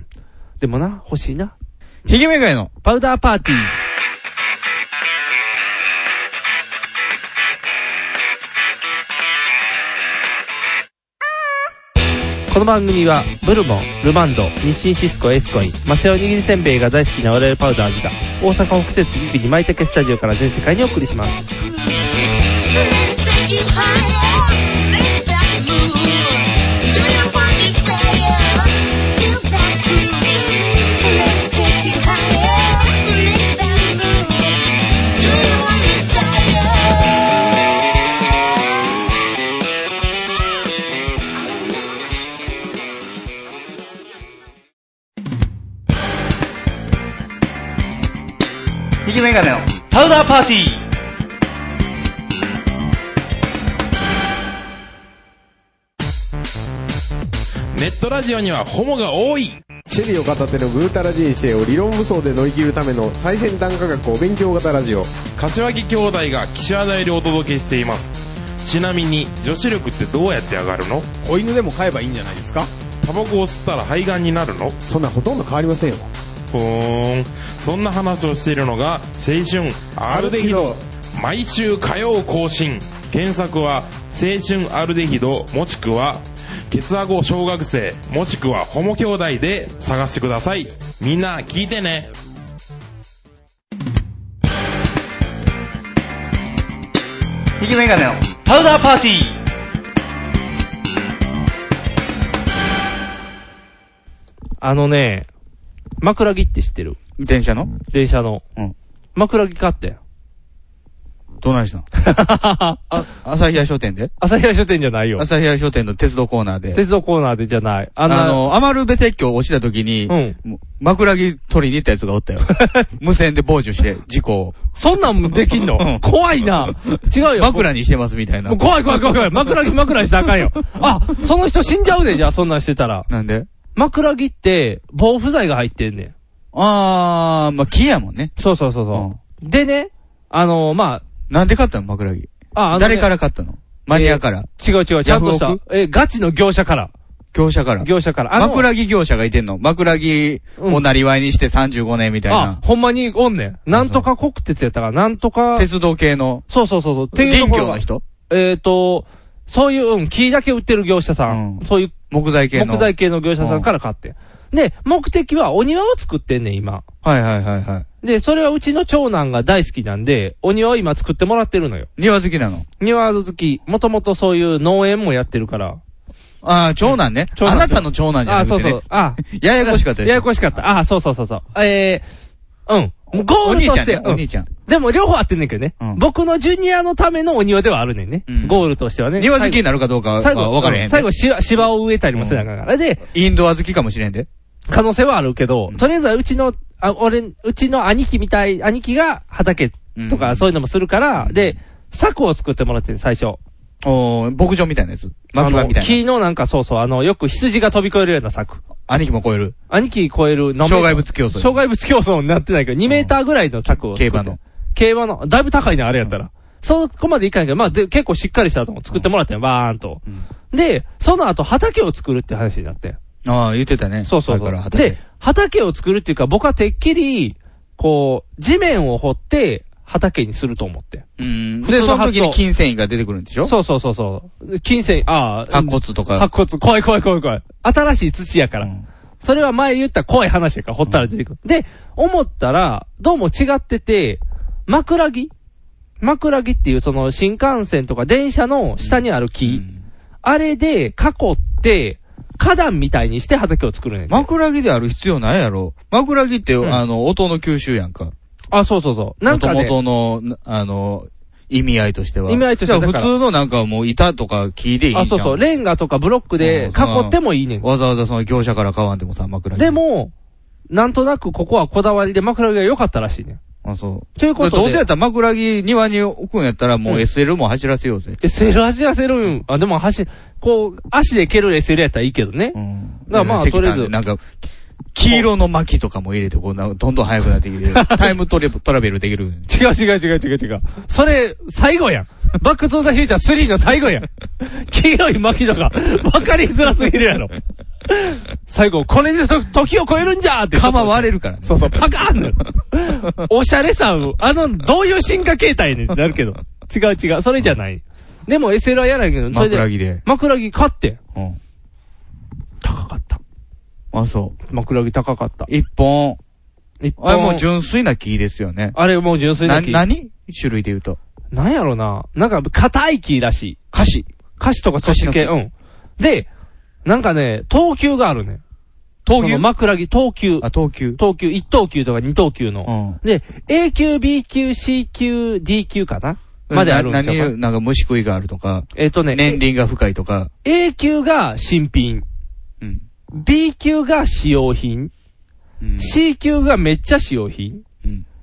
C: でもな、欲しいな。
B: ヒゲメガネの
C: パウダーパーティー。この番組はブルボン、ルマンド、日清シスコエースコイン、マセオ握りせんべいが大好きな我々パウダーズが大阪北節ビビに舞茸スタジオから全世界にお送りします。
A: ひげメガネのパウダーパーティー。
D: ネットラジオにはホモが多い。
E: シェリーを片手のぐうたら人生を理論武装で乗り切るための最先端科学お勉強型ラジオ。
D: 柏木兄弟が岸和田よりお届けしています。ちなみに女子力ってどうやって上がるの？
E: 子犬でも飼えばいいんじゃないですか？
D: タバコを吸ったら肺がんになるの？
E: そんなほとんど変わりませんよ。
D: ふーん、そんな話をしているのが青春アルデヒド。毎週火曜更新。検索は青春アルデヒドもしくはケツアゴ小学生もしくはホモ兄弟で探してください。みんな聞いてね。
A: ひげメガネのパウダーパーティー。
C: あのね、枕木って知ってる？
B: 電車の
C: 電車の。
B: うん。
C: 枕木買ってん。
B: どないしたの？あ、朝日屋書店で？
C: 朝日屋書店じゃないよ。
B: 朝日屋書店の鉄道コーナーで。
C: 鉄道コーナーでじゃない。
B: あの、あの、アマルベ鉄橋落ちた時に、うん。枕木取りに行ったやつがおったよ。無線で傍受して、事故を。
C: そんなんできんの？うん、怖いな。違うよ。
B: 枕にしてますみたいな。
C: 怖い怖い怖い怖い。枕木枕にしたらあかんよ。あ、その人死んじゃうで、じゃあそんなんしてたら。
B: なんで？
C: 枕木って、防腐剤が入ってんねん。
B: あー、まあ、木やもんね。
C: そうそうそうそう。うん、でね、あのー、まあ、なん
B: で買ったの枕木。
C: あ、あの、ね、
B: 誰から買ったの？マニアから。
C: えー、違う違う、ちゃんとした。えー、ガチの業者から。
B: 業者から。
C: 業者から。
B: 枕木業者がいてんの？枕木をなりわいにしてさんじゅうごねんみたいな。
C: あ、ほんまにおんねん。なんとか国鉄やったから、なんとか。
B: 鉄道系の。
C: そうそうそうそう。って
B: いうところ。林業の人？
C: えっ、ー、と、そういう、うん、木だけ売ってる業者さん。うん、そういう。
B: 木材系の。
C: 木材系の業者さんから買って。で、目的はお庭を作ってんねん、今。
B: はいはいはいはい。
C: で、それはうちの長男が大好きなんで、お庭を今作ってもらってるのよ。
B: 庭好きなの？
C: 庭好き。もともとそういう農園もやってるから。
B: ああ、長男ね。長男。あなたの長男じゃなくてね。あ、そうそう。あややこしかったです。
C: ややこしかった。あ、そうそうそうそう。えー、うん。ゴールとして。
B: お兄ちゃん。
C: でも両方あってんねんけどね。うん、僕のジュニアのためのお庭ではあるねんね。うん、ゴールとしてはね。
B: 庭好きになるかどうかは分かれへん。
C: 最後、芝、芝を植えたりもせなあかんから。で、
B: インドア好きかもしれんで。
C: 可能性はあるけど、とりあえずはうちの、あ、俺、うちの兄貴みたい、兄貴が畑とかそういうのもするから、うん、で、柵を作ってもらってる最初。
B: おー、牧場みたいなやつ。牧場みたいな。
C: 木のなんかそうそう、あの、よく羊が飛び越えるような柵。
B: 兄貴も越える。
C: 兄貴越える。
B: 障害物競争。
C: 障害物競争になってないけど、にメーターぐらいの柵を。
B: 競馬の。
C: 競馬の、だいぶ高いな、あれやったら。うん、そこまでいかないけど、まあで、結構しっかりしたと作ってもらったよ、バーンと。うん、で、その後畑を作るって話になって。
B: ああ、言ってたね。
C: そうそうそう。で、畑を作るっていうか、僕はてっきり、こう、地面を掘って、畑にすると思って。
B: うん。で、その時に筋繊維が出てくるんでしょ？
C: そうそうそうそう。筋繊維、ああ。
B: 白骨とか。
C: 白骨、怖い怖い怖い怖い。新しい土やから。うん、それは前言った怖い話やから、掘ったら出てくる。うん、で、思ったら、どうも違ってて、枕木枕木っていうその新幹線とか電車の下にある木。うん、あれで囲って、花壇みたいにして畑を作るねん。
B: 枕木である必要ないやろ。枕木って、うん、あの、音の吸収やんか。
C: あ、そうそうそう。なんかね。
B: 元々の、あの、意味合いとしては。
C: 意味合いとしては。
B: 普通のなんかもう板とか木でいいんじゃん。あ、
C: そうそう。レンガとかブロックで囲ってもいいねん。
B: わざわざその業者から買わんでもさ、枕木。
C: でも、なんとなくここはこだわりで枕木が良かったらしいねん。
B: あ、そう。
C: ということで。
B: どうせやったら枕木庭に置くんやったらもう エスエル も走らせようぜ。うん、
C: エスエル 走らせるん。あ、でも走、こう、足で蹴る エスエル やったらいいけどね。うん。だからまあ、とりあえず。
B: なんか、黄色の巻とかも入れて、こうな、どんどん速くなってきて、タイムトレトラベルできる。
C: 違う違う違う違う違う。それ、最後やん。バックトゥーザフューチャースリーの最後やん。黄色い巻とか、わかりづらすぎるやろ。最後、これでと時を超えるんじゃーって。
B: 釜割れるからね。
C: そうそう、パカーンの。おしゃれさ、あの、どういう進化形態になるけど。違う違う、それじゃない。でも エスエル はやらないけど、それで。
B: 枕木で。
C: 枕木買って。うん。高かった。
B: あ、そう。
C: 枕木高かった。
B: 一本。
C: 一本。
B: あれもう純粋な木ですよね。
C: あれもう純粋な木。
B: な、何種類で言うと。
C: なんやろな。なんか、硬い木らしい。
B: カシ。
C: カシとかそっち系。うん。で、なんかね、等級があるね。等級枕木、等級。
B: あ、等級。
C: 等級、一等級とか二等級の。うん。で、A 級、B 級、C 級、D 級かなまであるんちゃうか。
B: 何、なんか虫食いがあるとか。
C: えっとね。
B: 年輪が深いとか。
C: A 級が新品。うん。B 級が使用品。うん。C 級がめっちゃ使用品。うん。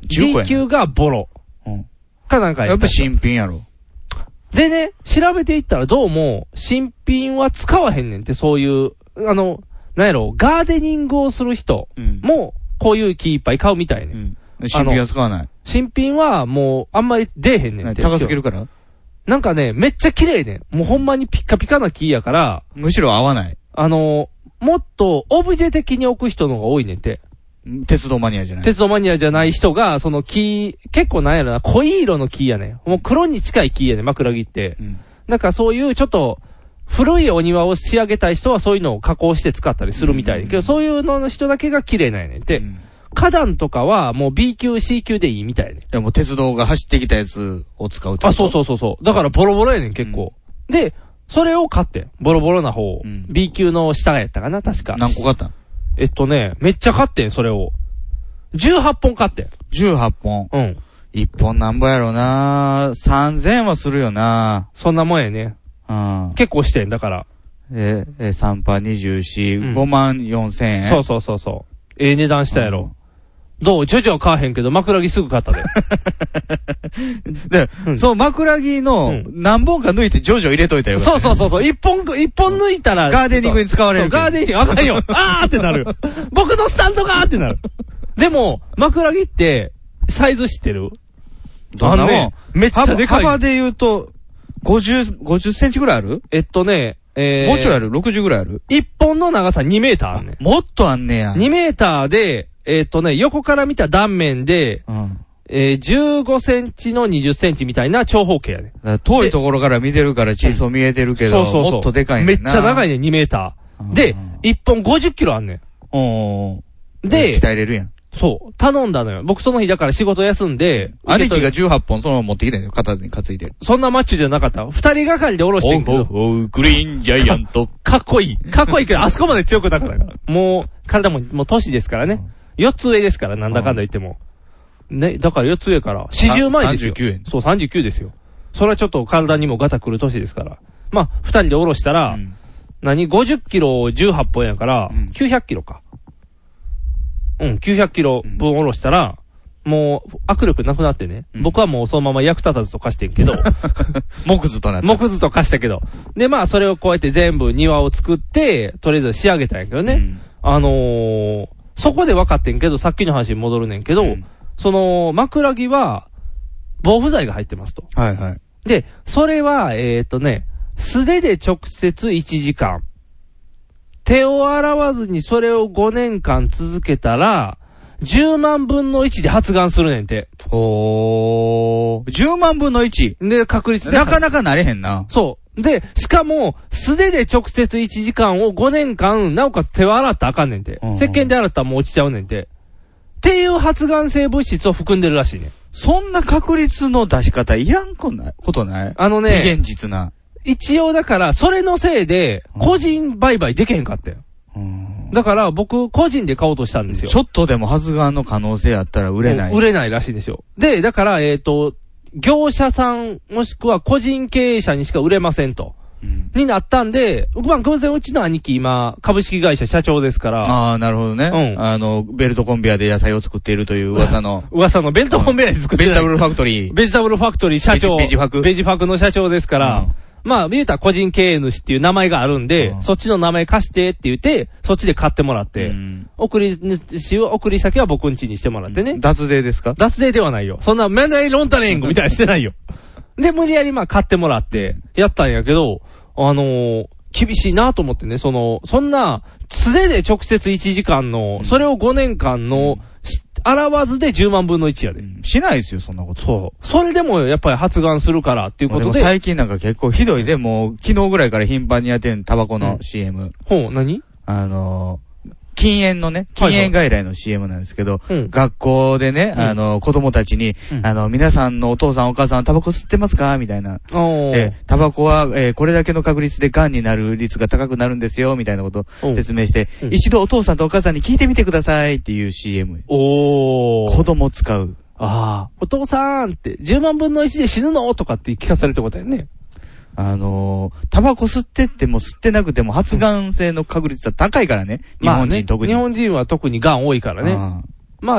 C: D 級がボロ。うん。かなんか
B: やっぱ新品やろ。
C: でね、調べていったらどうも、新品は使わへんねんって、そういう、あの、なんやろ、ガーデニングをする人も、こういう木いっぱい買うみたいね、うん。
B: 新品は使わない。
C: 新品はもう、あんまり出えへんねんって。
B: 高すぎるから？
C: なんかね、めっちゃ綺麗ねん。もうほんまにピッカピカな木やから。
B: むしろ合わない。
C: あの、もっとオブジェ的に置く人の方が多いねんて。
B: 鉄道マニアじゃない
C: 鉄道マニアじゃない人が、その木、結構なんやろな、濃い色の木やねん。もう黒に近い木やねん、枕木って。うん、なんかそういうちょっと、古いお庭を仕上げたい人はそういうのを加工して使ったりするみたいだけど、うん、そういうのの人だけが綺麗なんやねんて。うん、花壇とかはもう B 級、C 級でいいみたいね。い
B: やもう鉄道が走ってきたやつを使うってこと。
C: あ、そうそうそうそう。だからボロボロやねん、結構。うん、で、それを買ってん。ボロボロな方、うん、B 級の下やったかな、確か。
B: 何個買ったん？
C: えっとね、めっちゃ買ってん、それを。じゅうはっぽん買ってん。
B: じゅうはっぽん。
C: うん。
B: いっぽんなんぼやろな。さんぜんえんはするよな。
C: そんなもんやね。
B: うん。
C: 結構してん、だから。
B: え、え、さんパーにじゅうよん、うん、ごまんよんせんえん。
C: そうそうそうそう。ええ値段したやろ。うん、どうジョジョは買わへんけど、枕木すぐ買ったで。
B: で、うん、そう、枕木の何本か抜いてジョジョ入れといたよ、ね。
C: そうそうそうそう。一本、一本抜いたら。
B: ガーデニングに使われる。
C: ガーデニング、あかんよ。あーってなる。僕のスタンドがーってなる。でも、枕木って、サイズ知ってる？
B: どんなもん？
C: めっちゃでかい。
B: 幅で言うと、ごじゅう、ごじゅっセンチぐらいある？
C: えっとね、えー、
B: もうちょいある？ ろくじゅう ぐらいある？
C: 一本の長さにメーターあんねん。
B: もっとあんねや。
C: にメーターで、えっとね、横から見た断面で、うん、えー、じゅうごセンチのにじゅっセンチみたいな長方形やね
B: ん。遠いところから見てるから小さ見えてるけど、そうそうそう、もっとでかいねんな。
C: めっちゃ長いねん、にメーター。で、いっぽんごじゅっキロあんねん。
B: おー。
C: で、
B: 鍛えれるやん。
C: そう。頼んだのよ。僕その日だから仕事休んで。
B: 兄貴がじゅうはっぽんそのまま持ってきたんよ。肩に担いで。
C: そんなマッチョじゃなかった。二人がかりで下ろしてんけど。
B: おうおう、グリーンジャイアント。
C: かっこいい。かっこいいけど、あそこまで強くなかったから。もう、体も、もう年ですからね。四つ上ですから、なんだかんだ言っても。ね、だから四つ上から、四十前ですよ。さんじゅうきゅうえん。そう、さんじゅうきゅうですよ。それはちょっと体にもガタくる年ですから。まあ、二人で下ろしたら、うん、何 ?ごじゅっキロをじゅうはっぽんやから、うん、きゅうひゃくキロか。うん、きゅうひゃくキロ分下ろしたら、うん、もう、握力なくなってね。うん、僕はもうそのまま役立たずと化してんけど。
B: 木図となった。
C: 木図と化したけど。で、まあ、それをこうやって全部庭を作って、とりあえず仕上げたんやけどね。うん、あのー、そこで分かってんけど、さっきの話に戻るねんけど、うん、その、枕木は、防腐剤が入ってますと。
B: はいはい。
C: で、それは、えっとね、素手で直接いちじかん。手を洗わずにそれをごねんかん続けたら、じゅうまんぶんのいちで発芽するねんて。
B: おー。じゅうまんぶんのいち。
C: で、確率で。
B: なかなかなれへんな。
C: そう。で、しかも、素手で直接いちじかんをごねんかん、なおかつ手を洗ったらあかんねんて。うんうん、石鹸で洗ったらもう落ちちゃうねんて。っていう発がん性物質を含んでるらしいね。
B: そんな確率の出し方いらんこないことない
C: あのね。
B: 非現実な。
C: 一応だから、それのせいで、個人売買できへんかったよ。うん、だから、僕、個人で買おうとしたんですよ。
B: ちょっとでも発がんの可能性あったら売れない。
C: 売れないらしいんですよ。で、だから、えっと、業者さん、もしくは個人経営者にしか売れませんと。うん、になったんで、まあ、偶然うちの兄貴今、株式会社社長ですから。
B: ああ、なるほどね。うん。あの、ベルトコンベアで野菜を作っているという噂の。
C: 噂のベルトコンベアで作っている。
B: ベジタブルファクトリー。
C: ベジタブルファクトリー社長。
B: ベジファク。
C: ベジファクの社長ですから。うん、まあ、言うたら個人経営主っていう名前があるんで、うん、そっちの名前貸してって言って、そっちで買ってもらって、うん、送り主を、送り先は僕ん家にしてもらってね。うん、
B: 脱税ですか？
C: 脱税ではないよ。そんなメネイロンタリングみたいにしてないよ。で、無理やりまあ買ってもらって、やったんやけど、あのー、厳しいなと思ってね、その、そんな、素手で直接いちじかんの、うん、それをごねんかんの、洗わずでじゅうまんぶんのいちやで、うん。
B: しないですよ、そんなこと。
C: そう。それでもやっぱり発がんするからっていうことで。でも
B: 最近なんか結構ひどいで、もう昨日ぐらいから頻繁にやってんタバコの シーエム。うん、
C: ほう、何？
B: あのー、禁煙のね、禁煙外来の シーエム なんですけど、はいはい、学校でね、うん、あの、子供たちに、うん、あの、皆さんのお父さんお母さんタバコ吸ってますかみたいな。え、タバコは、えー、これだけの確率で癌になる率が高くなるんですよ、みたいなことを説明して、うん、一度お父さんとお母さんに聞いてみてくださいっていう シーエム。
C: おー。
B: 子供使う。
C: ああ。お父さんって、じゅうまんぶんのいちで死ぬのとかって聞かされたことやね。
B: あのー、タバコ吸ってっても吸ってなくても発がん性の確率は高いからね。日本人特に。
C: まあね、日本人は特にがん多いからね。あまあ、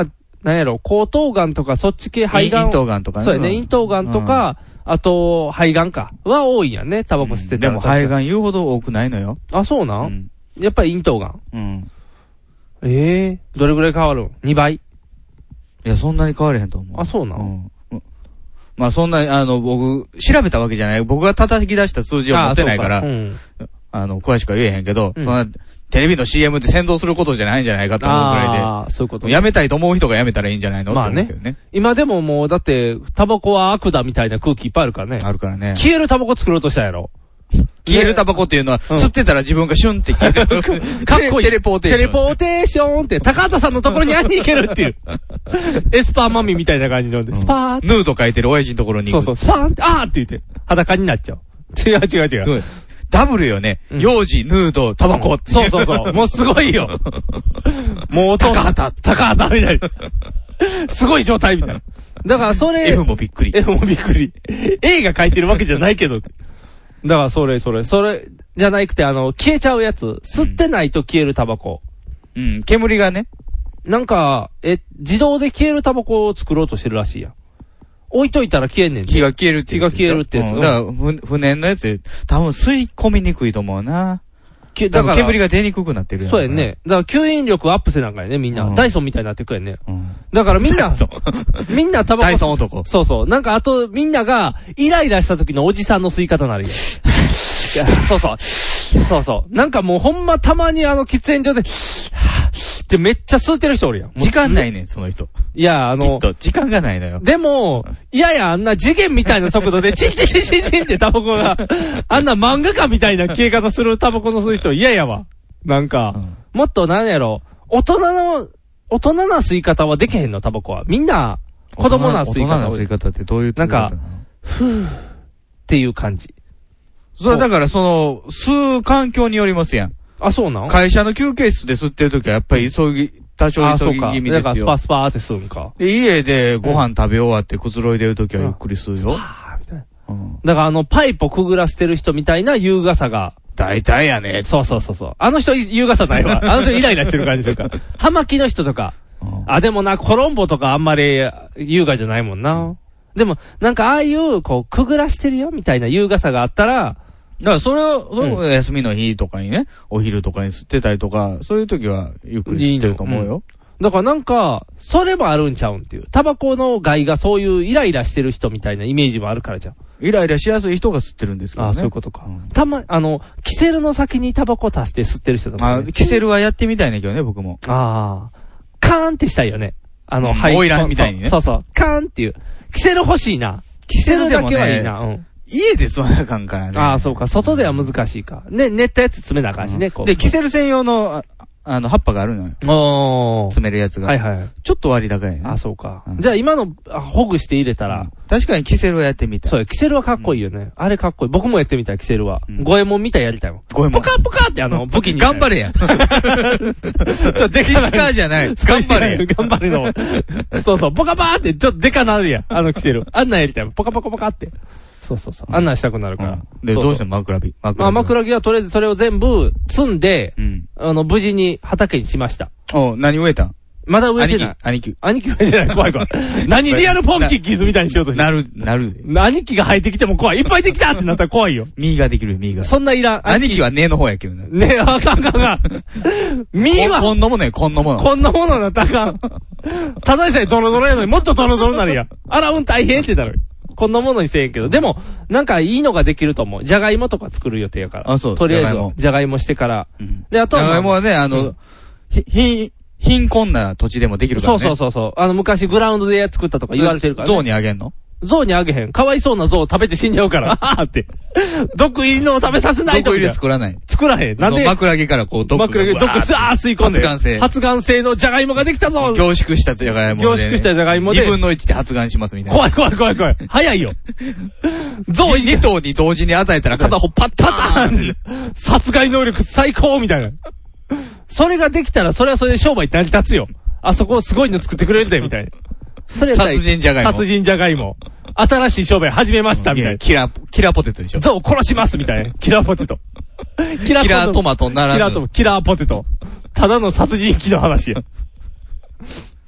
C: なんやろ、喉頭がんとかそっち系肺がん。
B: 咽頭がんとかね。
C: そうやね、咽頭がんとか、うん、あと、肺がんか。は多いんやね、タバコ吸ってたら、うん。
B: でも肺がん言うほど多くないのよ。
C: あ、そうなん、うん、やっぱり咽頭がん。
B: うん。
C: ええー、どれぐらい変わるん ?に 倍。
B: いや、そんなに変われへんと思う。
C: あ、そうなん、
B: うん、まあそんな、あの、僕、調べたわけじゃない。僕が叩き出した数字を持ってないから、あ, うん、あの、詳しくは言えへんけど、うん、そんなテレビの シーエム で先導することじゃないんじゃないかと思うくらいで。
C: ああ、そういうこと。
B: やめたいと思う人がやめたらいいんじゃないのまあね。ね
C: 今でももう、だって、タバコは悪だみたいな空気いっぱいあるからね。
B: あるからね。
C: 消えるタバコ作ろうとしたやろ。
B: 消えるタバコっていうのは、うん、吸ってたら自分がシュンって消えてる。
C: かっこいい。
B: テレポーテーション。
C: テレポーテーションって、高畑さんのところに会いに行けるっていう。エスパーマミみたいな感じので、スパーって。
B: ヌード書いてる親父のところに行く。
C: そうそう、スパーンって、あーって言って、裸になっちゃう。違う違う違う。そう
B: ダブルよね。うん、幼児、ヌード、タバコって。
C: そうそうそう。もうすごいよ。もう音。
B: 高畑。
C: 高畑みたいな。すごい状態みたいな。だからそれ。
B: F もびっくり。
C: F もびっくり。映画書いてるわけじゃないけど。だからそれそれ、それじゃなくてあの、消えちゃうやつ。吸ってないと消えるタバコ。
B: うん、うん、煙がね。
C: なんか、え、自動で消えるタバコを作ろうとしてるらしいやん。置いといたら消えんねん。
B: 火が消えるって
C: やつ。火が消えるってやつ。
B: うん、だから、不燃のやつ、多分吸い込みにくいと思うな。だから煙が出にくくなってるやん。
C: そうやんね。だから吸引力アップせなんかやね、みんな。うん、ダイソンみたいになってくやんね。うん、だからみんな、みんなタバコ。
B: ダイソン男。
C: そうそう。なんかあと、みんなが、イライラした時のおじさんの吸い方なるよ。そうそう。そうそう。なんかもうほんまたまにあの喫煙所で、ってめっちゃ吸ってる人おるやん。
B: 時間ないねん、その人。
C: いや、あの。
B: きっと、時間がないのよ。
C: でも、いやいや、あんな次元みたいな速度で、チンチンチンチンチンってタバコが、あんな漫画家みたいな消え方するタバコの吸う人嫌やわ。なんか、うん、もっとなんやろ、大人の、大人な吸い方はできへんの、タバコは。みんな、子供な吸い方。
B: 大人な吸い方ってどういう
C: なんか、ふーっていう感じ。
B: それだからその、吸う環境によりますやん。
C: あ、そうなん
B: 会社の休憩室で吸ってるときはやっぱり急ぎ、多少急ぎ気味ですよ。
C: だからスパスパーって吸うんか。
B: で、家でご飯食べ終わってくつろいでるときはゆっくり吸うよ。
C: うん、だからあの、パイプをくぐらせてる人みたいな優雅さが。
B: 大体やね。
C: そうそうそうそう。あの人優雅さないわ。あの人イライラしてる感じするから。葉巻の人とか。うん、あ、でもな、コロンボとかあんまり優雅じゃないもんな。うん、でも、なんかああいう、こう、くぐらしてるよみたいな優雅さがあったら、
B: だからそれを、それを休みの日とかにね、うん、お昼とかに吸ってたりとか、そういう時はゆっくり吸ってると思うよ。いいうん、
C: だからなんか、それもあるんちゃうんっていう。タバコの害がそういうイライラしてる人みたいなイメージもあるからじゃん。
B: イライラしやすい人が吸ってるんですけどね。
C: ああ、そういうことか。うん、たま、あの、キセルの先にタバコ足して吸ってる人とか、
B: ね。ああ、キセルはやってみたいねんけどね、僕も。
C: ああ。カーンってしたいよね。あの、
B: はい。オイランみたいにね。
C: そうそう。カーンっていう。キセル欲しいな。キセルだけはいいな。うん。
B: 家で吸わなあかんからね。
C: ああ、そうか。外では難しいか。ね、練ったやつ詰めなあかんしね、うん、こう。
B: で、キセル専用の、あ, あの、葉っぱがあるのよ。おー。詰めるやつが。
C: はいはい。
B: ちょっと割高やね。
C: ああ、そうか。うん、じゃあ今の、ほぐして入れたら、うん。
B: 確かにキセルはやってみたい。
C: そう、キセルはかっこいいよね。うん、あれかっこいい。僕もやってみたい、キセルは。五右衛門みたいやりたいもん。
B: 五右衛門。
C: ポカポカってあの、武器に。
B: 頑張れや。ちょっとでかなじゃない。頑張れや。
C: 頑張れの。そうそう、ポカパーってちょっとでかなるやん。あのキセル。あんなんやりたいもん。ポカポカポカって。そうそうそう。あんなんしたくなるから。うん、
B: で、
C: そうそう
B: どうしても枕木
C: 枕木。まあ、枕木はとりあえずそれを全部積んで、うん、あの、無事に畑にしました。
B: お何植えたん
C: まだ植えてない。
B: 兄貴。
C: 兄貴。兄貴植えてない。怖い怖い。何リアルポンキッキーズみたいにしようとして。
B: なる、なる。
C: 兄貴が生えてきても怖い。いっぱいできたってなったら怖いよ。
B: 実ができる、実が。
C: そんないらん。
B: 兄貴は根の方やけどね。
C: ねあかんかんかん。実は。
B: こんなものや、こんなもの。
C: こんなものなったらあかん。ただでさえドロドロやのにもっとドロドロになるやん。洗うん大変ってなる。こんなものにせえへんけど。でも、なんかいいのができると思う。じゃがいもとか作る予定やから。
B: あ、そう。
C: とりあえず、じゃがいもしてから。
B: うん、で、あとは。じゃがいもはね、あの、うん、ひ、ひ、貧困な土地でもできるからね。
C: そうそうそう。あの、昔グラウンドで作ったとか言われてるから、ね。
B: 象にあげんの
C: 象にあげへん。かわいそうな象を食べて死んじゃうから。あーって。毒入りのを食べさせないと。
B: 毒入り作らない。
C: 作らへん。なんで
B: 枕木からこう毒が。
C: 枕木、毒すあー吸い込んで。
B: 発がん性。
C: 発がん性のじゃがいもができたぞ。
B: 凝縮したじゃがいもで、ね。
C: 凝縮したじゃがいもで。
B: 二分の一で発がんしますみたいな。
C: 怖い怖い怖い怖い。早いよ。
B: 象二頭に同時に与えたら片方パッターン
C: 殺害能力最高みたいな。それができたらそれはそれで商売成り立つよ。あそこすごいの作ってくれるで、みたいな。
B: それ殺人じゃがいも。
C: 殺人じゃがいも。新しい商売始めました、みたいな。
B: キラ、キラーポテトでしょ。
C: 象を殺します、みたいな。キラーポテト。
B: キラー、キラートマトならぬ。
C: キラートマト、キラーポテト。ただの殺人鬼の話や。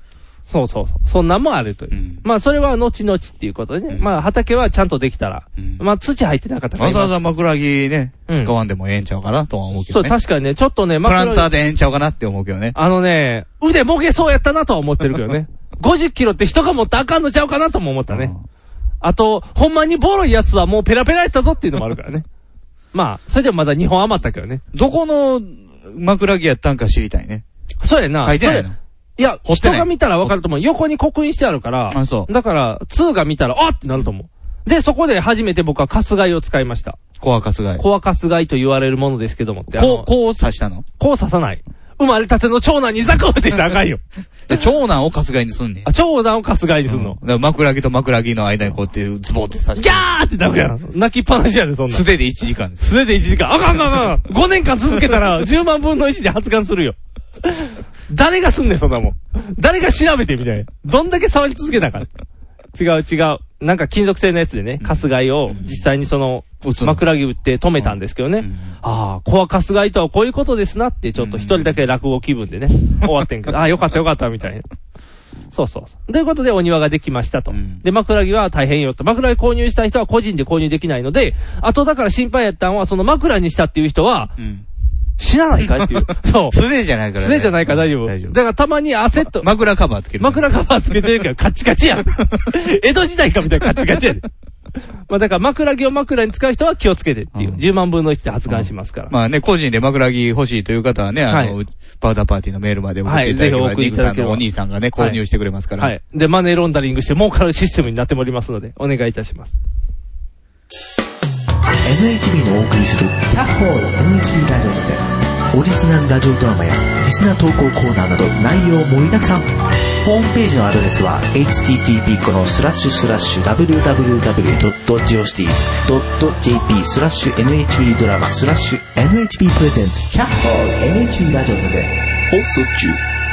C: そうそうそう。そんなんもあるという。うん、まあ、それは後々っていうことでね。うん、まあ、畑はちゃんとできたら。うん、まあ、土入ってなかったから。
B: わざわざ枕木ね、使わんでもええんちゃうかなとは思うけどね。
C: そう、確かにね、ちょっとね、
B: 枕木。プランターでええんちゃうかなって思うけどね。
C: あのね、腕もげそうやったなとは思ってるけどね。ごじゅっキロって人が持ったらあかんのちゃうかなとも思ったね。うん、あと、ほんまにボロいやつはもうペラペラやったぞっていうのもあるからね。まあ、それでもまだにほん余ったけどね。
B: どこの枕木やったんか知りたいね。
C: そうやな。
B: 書いてないの？
C: いや、人が見たらわかると思う。横に刻印してあるから。
B: あ、そう。
C: だから、にが見たら、あってなると思う。で、そこで初めて僕はカスガイを使いました。
B: コアカスガイ。
C: コアカスガイと言われるものですけどもって。
B: こう、こう刺したの？
C: こう刺さない。生まれたての長男にザクってしたらあかんよ。
B: 長男をカスガイにすんねん。
C: あ、長男をカスガイにすんの。
B: うん、だから枕木と枕木の間にこうやってズボって刺して。
C: ギャーってなるやん。泣きっぱなしやで、そんな。
B: 素手でいちじかんです。
C: 素手でいちじかん。あかんあかんあかん。ごねんかん続けたらじゅうまんぶんのいちで発がんするよ。誰がすんねん、そんなもん。誰が調べてみたいな。どんだけ触り続けたか。違う違う。なんか金属製のやつでね、カスガイを実際にその、枕木打って止めたんですけどね。うん、ああ、コアカスガイとはこういうことですなって、ちょっと一人だけ落語気分でね、終わってんけど、ああ、よかったよかったみたいな。そうそうそう。ということでお庭ができましたと。うん、で、枕木は大変よと。枕木購入した人は個人で購入できないので、あとだから心配やったんは、その枕にしたっていう人は、うん死なないかいっていう。そう。
B: 素手じゃないからね。
C: 素手じゃないから大丈夫。大丈夫。だからたまに焦っと。
B: 枕カバーつける。
C: 枕カバーつけてるけどカッチカチやん。江戸時代かみたいなカッチカチやで。まあだから枕木を枕に使う人は気をつけてっていう。うん、じゅうまんぶんのいちで発願しますから。
B: うん、まあね、個人で枕木欲しいという方はね、あの、はい、パウダーパーティーのメールまで送っていただければ、はい、ぜひ送っていただければ。お兄さんがね、購入してくれますから。
C: はい。はい、で、マネーロンダリングして儲かるシステムになっておりますので、お願いいたします。
F: エヌエイチビー のお送りするキャッホール エヌエイチビー ラジオでオリジナルラジオドラマやリスナー投稿コーナーなど内容盛りだくさん。ホームページのアドレスは エイチティーティーピー このスラッシュスラッシュ ダブリューダブリューダブリュードットジオシティーズドットジェーピー スラッシュ エヌエイチビー ドラマスラッシュ エヌエイチビー プレゼンツキャッホール エヌエイチビー ラジオで放送中。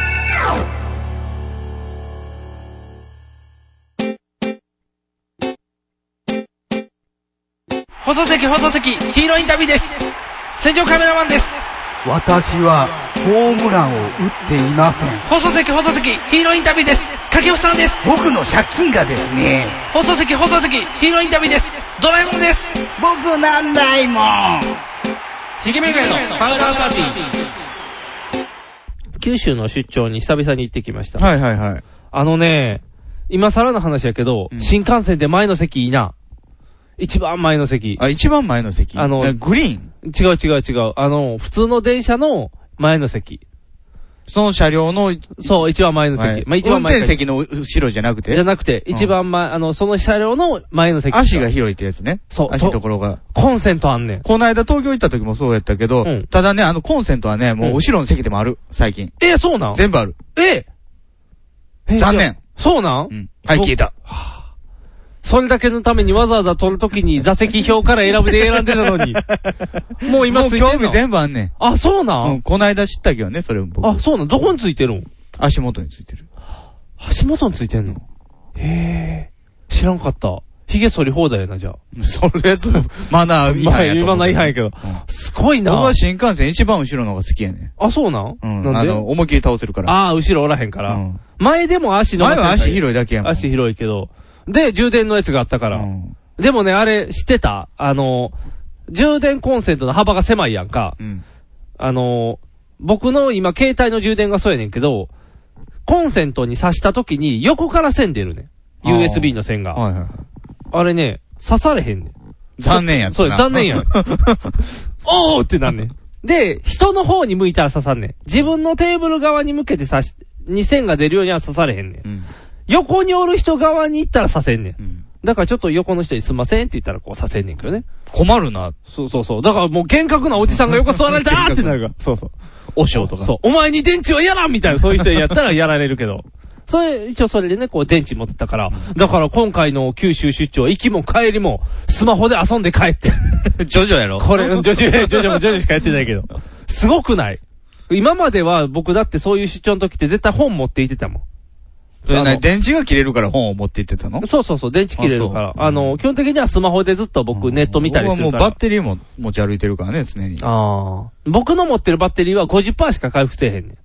G: 放送席放送席ヒーローインタビューです。戦場カメラマンです。
H: 私はホームランを打っていません。
G: 放送席放送席ヒーローインタビューです。掛布さんです。
H: 僕の借金がですね。
G: 放送席放送席ヒーローインタビューです。ドラえもんです。
H: 僕なんないもん。
G: ひげめがいのパウダーパーティ
C: ー。九州の出張に久々に行ってきました。
B: はいはいはい。
C: あのね、今更の話やけど、うん、新幹線で前の席いいな。一番前の席。
B: あ、一番前の席。
C: あの、
B: グリーン
C: 違う違う違う。あの、普通の電車の前の席。
B: その車両の、
C: そう、一番前の席。はい、
B: まあ、一番前。運転席の後ろじゃなくて
C: じゃなくて、一番前、うん、あの、その車両の前の席。
B: 足が広いってやつね。
C: そう。
B: 足のところが。
C: コンセントあんねん。
B: この間東京行った時もそうやったけど、うん、ただね、あのコンセントはね、もう後ろの席でもある、最近。
C: え、そうなん
B: 全部ある。
C: え
B: 残念。
C: そうなん
B: うん。はい、消えた。
C: それだけのためにわざわざ撮るときに座席表から選ぶで選んでたのに。もう今ついてるの？
B: もう興味全部あんねん。
C: あ、そうなん、
B: うん、この間知ったけどね、それも僕。
C: あ、そうなんどこについてるん？
B: 足元についてる。
C: 足元についてんの？へぇー。知らんかった。髭剃り放題やな、じゃあ。
B: それやつも、マナー違反やと。
C: マナー違反やけど。うん、すごいな。
B: 僕は新幹線一番後ろの方が好きやねん。
C: あ、そうなん
B: うん。なんであの、思いっきり倒せるから。
C: ああ、後ろおらへんから。うん、前でも足の。
B: 前は足広いだけやもん。
C: 足広いけど。で、充電のやつがあったから。うん、でもね、あれ、知ってた？あの、充電コンセントの幅が狭いやんか。うん、あの、僕の今、携帯の充電がそうやねんけど、コンセントに挿した時に横から線出るねん。ユーエスビー の線が。はいはい、あれね、刺されへんねん。
B: 残念やん。
C: そう、残念やん。おーってなんねん。で、人の方に向いたら刺さんねん。自分のテーブル側に向けて刺し、に線が出るようには刺されへんねん。うん、横におる人側に行ったら刺せんねん。うん、だからちょっと横の人にすんませんって言ったらこう刺せんねんけどね。
B: 困るな。
C: そうそうそう。だからもう厳格なおじさんが横座られてあーってなるから。そうそう。
B: おしょうとか。
C: そう。お前に電池はやらんみたいなそういう人やったらやられるけど。それ、一応それでね、こう電池持ってたから。だから今回の九州出張、行きも帰りも、スマホで遊んで帰って。
B: ジョジョやろ
C: これ、ジョジョ、ジョジョもジョジョしかやってないけど。すごくない？今までは僕だってそういう出張の時って絶対本持って行ってたもん。
B: それね、電池が切れるから本を持って行ってたの？
C: そうそうそう、電池切れるから。あ, あの、基本的にはスマホでずっと僕ネット見たりするから。
B: 僕はもうバッテリーも持ち歩いてるからね、常に。
C: ああ。僕の持ってるバッテリーは ごじゅっパーセント しか回復せえへんねん。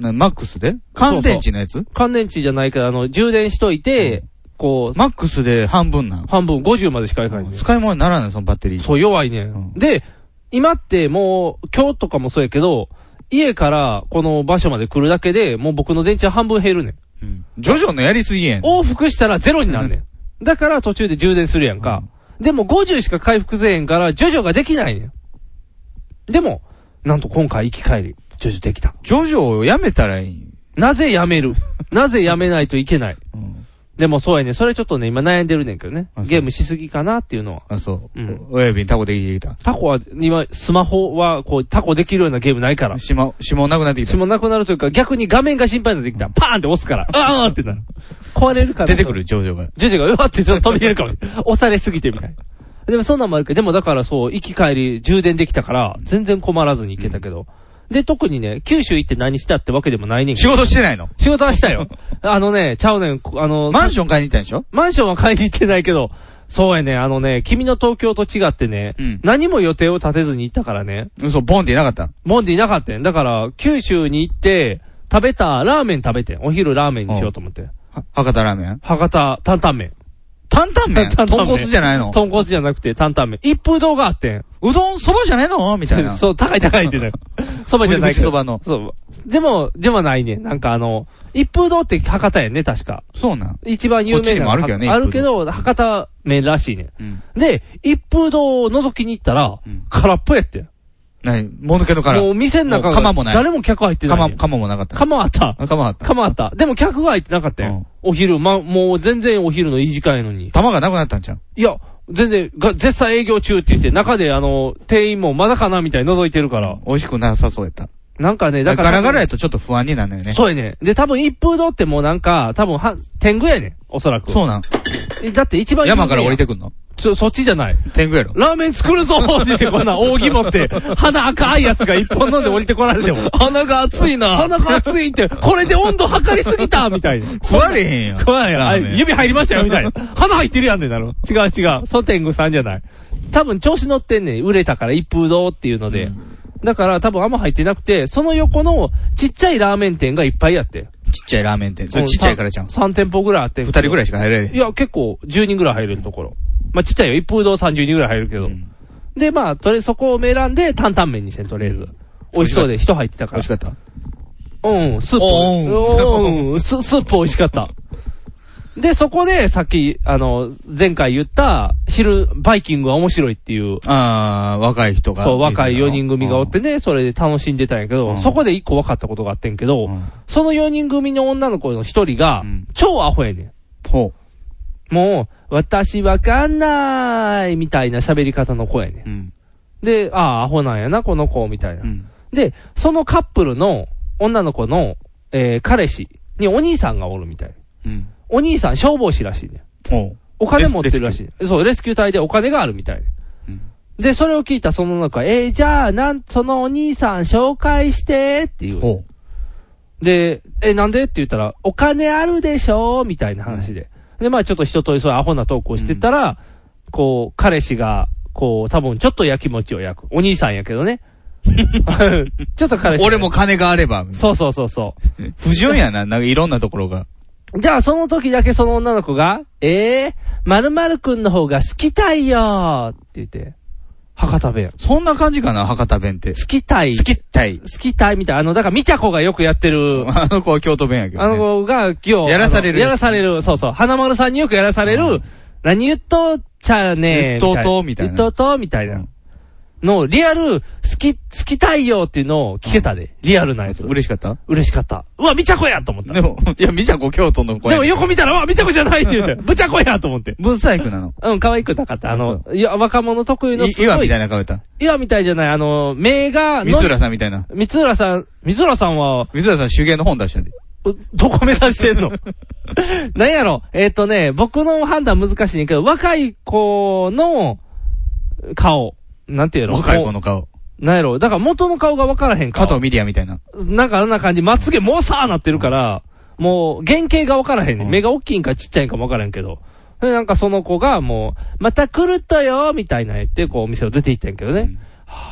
B: なマックスで乾電池のやつ？
C: 乾電池じゃないから、あの、充電しといて、うん、こう。
B: マックスで半分なの？
C: 半分、ごじゅうまでしかいかない、ね。
B: 使い物にならない、そのバッテリー。
C: そう、弱いね、うん。で、今ってもう、今日とかもそうやけど、家からこの場所まで来るだけで、もう僕の電池は半分減るねん。
B: うん。ジョジョのやりすぎやん。
C: 往復したらゼロになるねん。うん、だから途中で充電するやんか。うん、でもごじゅうしか回復せえへんから、ジョジョができないねん。でも、なんと今回生き返り、ジョジョできた。
B: ジョジョをやめたらいい。
C: なぜやめるなぜやめないといけない、うん、でもそうやね。それちょっとね、今悩んでるねんけどね。ゲームしすぎかなっていうのは。
B: あ、そう。うん。親指にタコできてきた。
C: タコは、今、スマホは、こう、タコできるようなゲームないから。
B: 指紋、指紋なくなってきた。
C: 指紋なくなるというか、逆に画面が心配になってきた。パーンって押すから。あーってなる。壊れるから。
B: 出てくる、ジョジョが。
C: ジョジョが、うわってちょっと飛び出るかもしれない。押されすぎてみたいな。でもそんなんもあるけど、でもだからそう、行き帰り充電できたから、全然困らずに行けたけど。うんで、特にね、九州行って何したってわけでもないねんけ
B: ど。仕事してないの？
C: 仕事はしたよ。あのね、ちゃうねん、あの、
B: マンション買いに行ったんでしょ？
C: マンションは買いに行ってないけど、そうやね、あのね、君の東京と違ってね、うん、何も予定を立てずに行ったからね。
B: 嘘、ボンっていなかった？
C: ボンっていなかったん。だから、九州に行って、食べたラーメン食べてん。お昼ラーメンにしようと思って。
B: は、博多ラーメン？
C: 博多、担々麺。
B: 担々麺？豚骨じゃないの？
C: 豚骨じゃなくて担々麺。一風堂があってん。
B: うどんそばじゃねえのみたいな。
C: そう、高い高いってね。そばじゃないけど。
B: そばの。
C: そう。でも、でもないね。なんかあの、一風堂って博多やね、確か。
B: そうなん。
C: 一番有名な。
B: もあるけどね。
C: あるけど、博多麺らしいね。うん、で、一風堂を覗きに行ったら、うん、空っぽやって。
B: ない、もぬけの殻。
C: もう店の中が。
B: 釜もない。
C: 誰も客入ってない。
B: 釜、釜もなかった。
C: 釜あった。
B: 釜あった。
C: 釜あった。でも客が入ってなかったよ。うん、お昼、ま、もう全然お昼のいい時間やのに。
B: 玉がなくなったんちゃう？
C: いや、全然、が、絶賛営業中って言って、中であの、店員もまだかなみたいに覗いてるから。
B: 美味しくなさそうやった。
C: なんかね、だから。
B: ガラガラやとちょっと不安になるのよね。
C: そうやね。で、多分一風堂ってもうなんか、多分は、天狗やねん。おそらく。
B: そうなん。
C: だって一番
B: 山から降りてくんの？
C: そ、そっちじゃない。
B: 天狗やろ。
C: ラーメン作るぞーって言ってこんな扇持って、鼻赤いやつが一本飲んで降りてこられても。
B: 鼻が熱いな。
C: 鼻が熱いって、これで温度測りすぎたみたいな。
B: 食われへんやん。
C: 食われへん。あ、指入りましたよみたいな。鼻入ってるやんねんだろ。違う違う。ソ天狗さんじゃない。多分調子乗ってんねん。売れたから一風堂っていうので。うん、だから多分あんま入ってなくて、その横のちっちゃいラーメン店がいっぱいあって。
B: ちっちゃいラーメン店。それちっちゃいからじゃん。
C: さん店舗ぐらいあって。
B: ふたりぐらいしか入れない。
C: いや、結構じゅうにんぐらい入れるところ。まあ、ちっちゃいよ。一風堂さんじゅうにんぐらい入るけど。うん、で、まあ、とりあえずそこを選んで担々麺にしてん、とりあえず。美味しそうで人入ってたから。
B: 美味しかった
C: うん、スープ。うん、ス、スープ美味しかった。で、そこで、さっき、あの、前回言った、昼、バイキングは面白いっていう。
B: ああ、若い人が。
C: そう、若いよにん組がおってね、それで楽しんでたんやけど、うん、そこで一個分かったことがあってんけど、うん、そのよにん組の女の子の一人が、うん、超アホやねん。
B: ほ
C: う。もう、私わかんない、みたいな喋り方の子やねん。うん、で、ああ、アホなんやな、この子、みたいな。うん、で、そのカップルの、女の子の、えー、彼氏にお兄さんがおるみたい。うんお兄さん消防士らしいね。お, お金持ってるらしい。そう、レスキュー隊でお金があるみたい、うん。で、それを聞いたその中、えー、じゃあ、なん、そのお兄さん紹介してっていう。で、え、なんでって言ったら、お金あるでしょみたいな話で。で、まあちょっと一通りそういうアホなトークをしてたら、うん、こう、彼氏が、こう、多分ちょっと焼き餅を焼く。お兄さんやけどね。ちょっと彼氏。
B: 俺も金があれば。
C: そうそうそうそう。
B: 不純やな、なんかいろんなところが。
C: じゃあその時だけその女の子が、えー、〇〇くんの方が好きたいよーって言って、博多弁。
B: そんな感じかな、博多弁って。
C: 好きたい。
B: 好きたい。
C: 好きたいみたいな。あの、だからみちゃこがよくやってる。
B: あの子は京都弁やけど、ね。
C: あの子が、今日。
B: やらされる。
C: やらされる。そうそう。花丸さんによくやらされる。何言っとっちゃねー。
B: 言っとうとみたいな。
C: 言っとうとみたいな。の、リアル、好き、好きたいよっていうのを聞けたで。リアルなやつ。
B: 嬉しかった
C: 嬉しかった。うわ、みちゃこやと思った。
B: でも、いや、みちゃこ京都の子や。
C: でも横見たら、うわ、みちゃこじゃないって言って、ぶちゃこやと思って。
B: ブサイクなの
C: うん、可愛くなかった。あの、いや、若者特有のすごい。
B: 岩みたいな顔やった。
C: 岩みたいじゃない、あの、目が、
B: 三浦さんみたいな。
C: 三浦さん、三浦さんは、
B: 三浦さん手芸の本出したで。
C: どこ目指してんの何やろえっとね、僕の判断難しいねんけど、若い子の顔。なんていうの
B: 若い子の顔。
C: なんやろだから元の顔が分からへんか。
B: 加藤ミリアみたいな。
C: なんかあんな感じ、まつげもさーなってるから、もう原型が分からへんね、うん。目が大きいんかちっちゃいんかも分からへんけど。で、なんかその子がもう、また来るとよみたいな言って、こうお店を出て行ったんやけどね。うんはあ、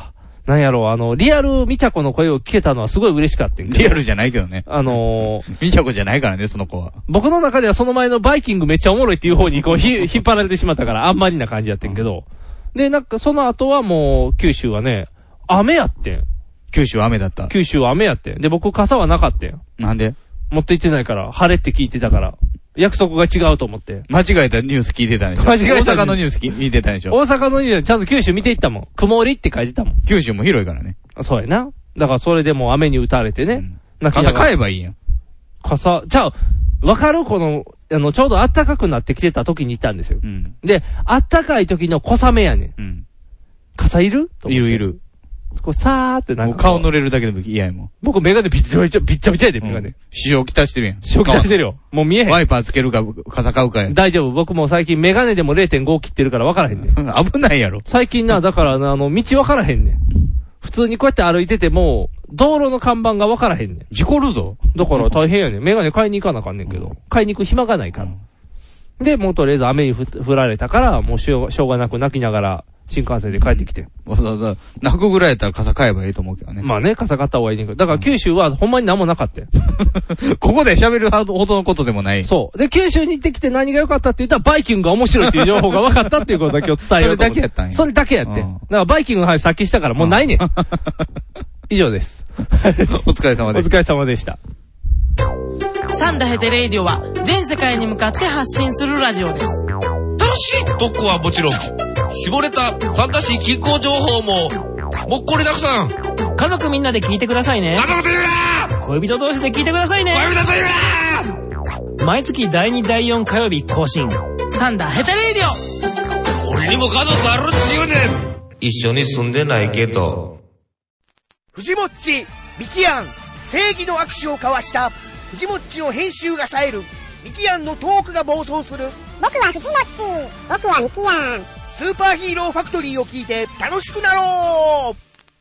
C: なんやろう、あの、リアルみちゃこの声を聞けたのはすごい嬉しかったんけど。
B: リアルじゃないけどね。
C: あの
B: ー、みちゃこじゃないからね、その子は。
C: 僕の中ではその前のバイキングめっちゃおもろいっていう方にこうひ引っ張られてしまったからあんまりな感じやってんけど。で、なんかその後はもう九州はね、雨やってん。
B: 九州は雨だった。
C: 九州は雨やってん。で、僕傘はなかったん。
B: なんで
C: 持って行ってないから、晴れって聞いてたから。約束が違うと思って。
B: 間違えたニュース聞いてたんでしょ。
C: 間違えた。
B: 大阪のニュース聞いてたんでしょ。
C: 大阪のニュース、ちゃんと九州見ていったもん。曇りって書いてたもん。
B: 九州も広いからね。
C: そうやな。だからそれでもう雨に打たれてね。
B: うん、傘買えばいいやん。
C: 傘、じゃあ、わかるこの、あの、ちょうど暖かくなってきてた時に行ったんですよ。うん、で、暖かい時の小雨やねん。うん、傘いる
B: いるいる。
C: こうさーってなんか。
B: もう顔乗れるだけでも嫌やもん。
C: 僕メガネピッチャピッチャピッチャピチャやで、メガネ。
B: 支障きたしてるやん。
C: 支障きたしてるよ。もう見えへん。
B: ワイパーつけるか、傘買うかや。
C: 大丈夫。僕も最近メガネでも れいてんご 切ってるから分からへんねん。
B: 危ないやろ。
C: 最近な、だからな、あの、道分からへんねん。普通にこうやって歩いてても、道路の看板が分からへんねん。
B: 事故るぞ。
C: だから大変やねん。メガネ買いに行かなあかんねんけど。買いに行く暇がないから。で、もうとりあえず雨に降られたから、もうしょうしょうがなく泣きながら、新幹線で帰ってきて。
B: わざわざ、泣くぐらいやったら傘買えばいいと思うけどね。
C: まあね、傘買った方がいいねんけど。だから九州はほんまに何もなかったよ。
B: ここで喋るほどのことでもない。
C: そう。で、九州に行ってきて何が良かったって言ったら、バイキングが面白いっていう情報が分かったっていうことだけを伝えようと思って。
B: それだけやったんや。
C: それだけやって。だからバイキングの話さっきしたからもうないねん。以上です。
B: お疲れ様です。
C: お疲れ様でした。
I: サンダヘテレイディオは全世界に向かって発信するラジオです。
J: 楽しい特攻はもちろん、絞れた参加し気候情報ももっこりたくさん。
I: 家族みんなで聞いてくださいね。
J: 家族と言うな。
I: 恋人同士で聞いてくださいね。
J: 恋人と言う
I: な。毎月だいにだいよん火曜日更新、サンダヘテレイディ
J: オ。俺にも家族あるっちゅうねん。一緒に住んでないけど。
K: 藤もっちミキアン正義の握手を交わした藤もっちの編集が冴えるミキアンのトークが暴走する。
L: 僕は藤もっち、僕はミキアン。
K: スーパーヒーローファクトリーを聞いて楽しくなろう。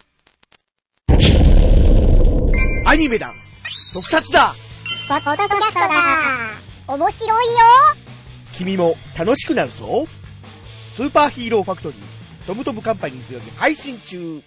K: アニメだ、特撮だ、
L: ポッドキャストだ、面白いよ。
K: 君も楽しくなるぞ。スーパーヒーローファクトリートムトムカンパニーズより配信中。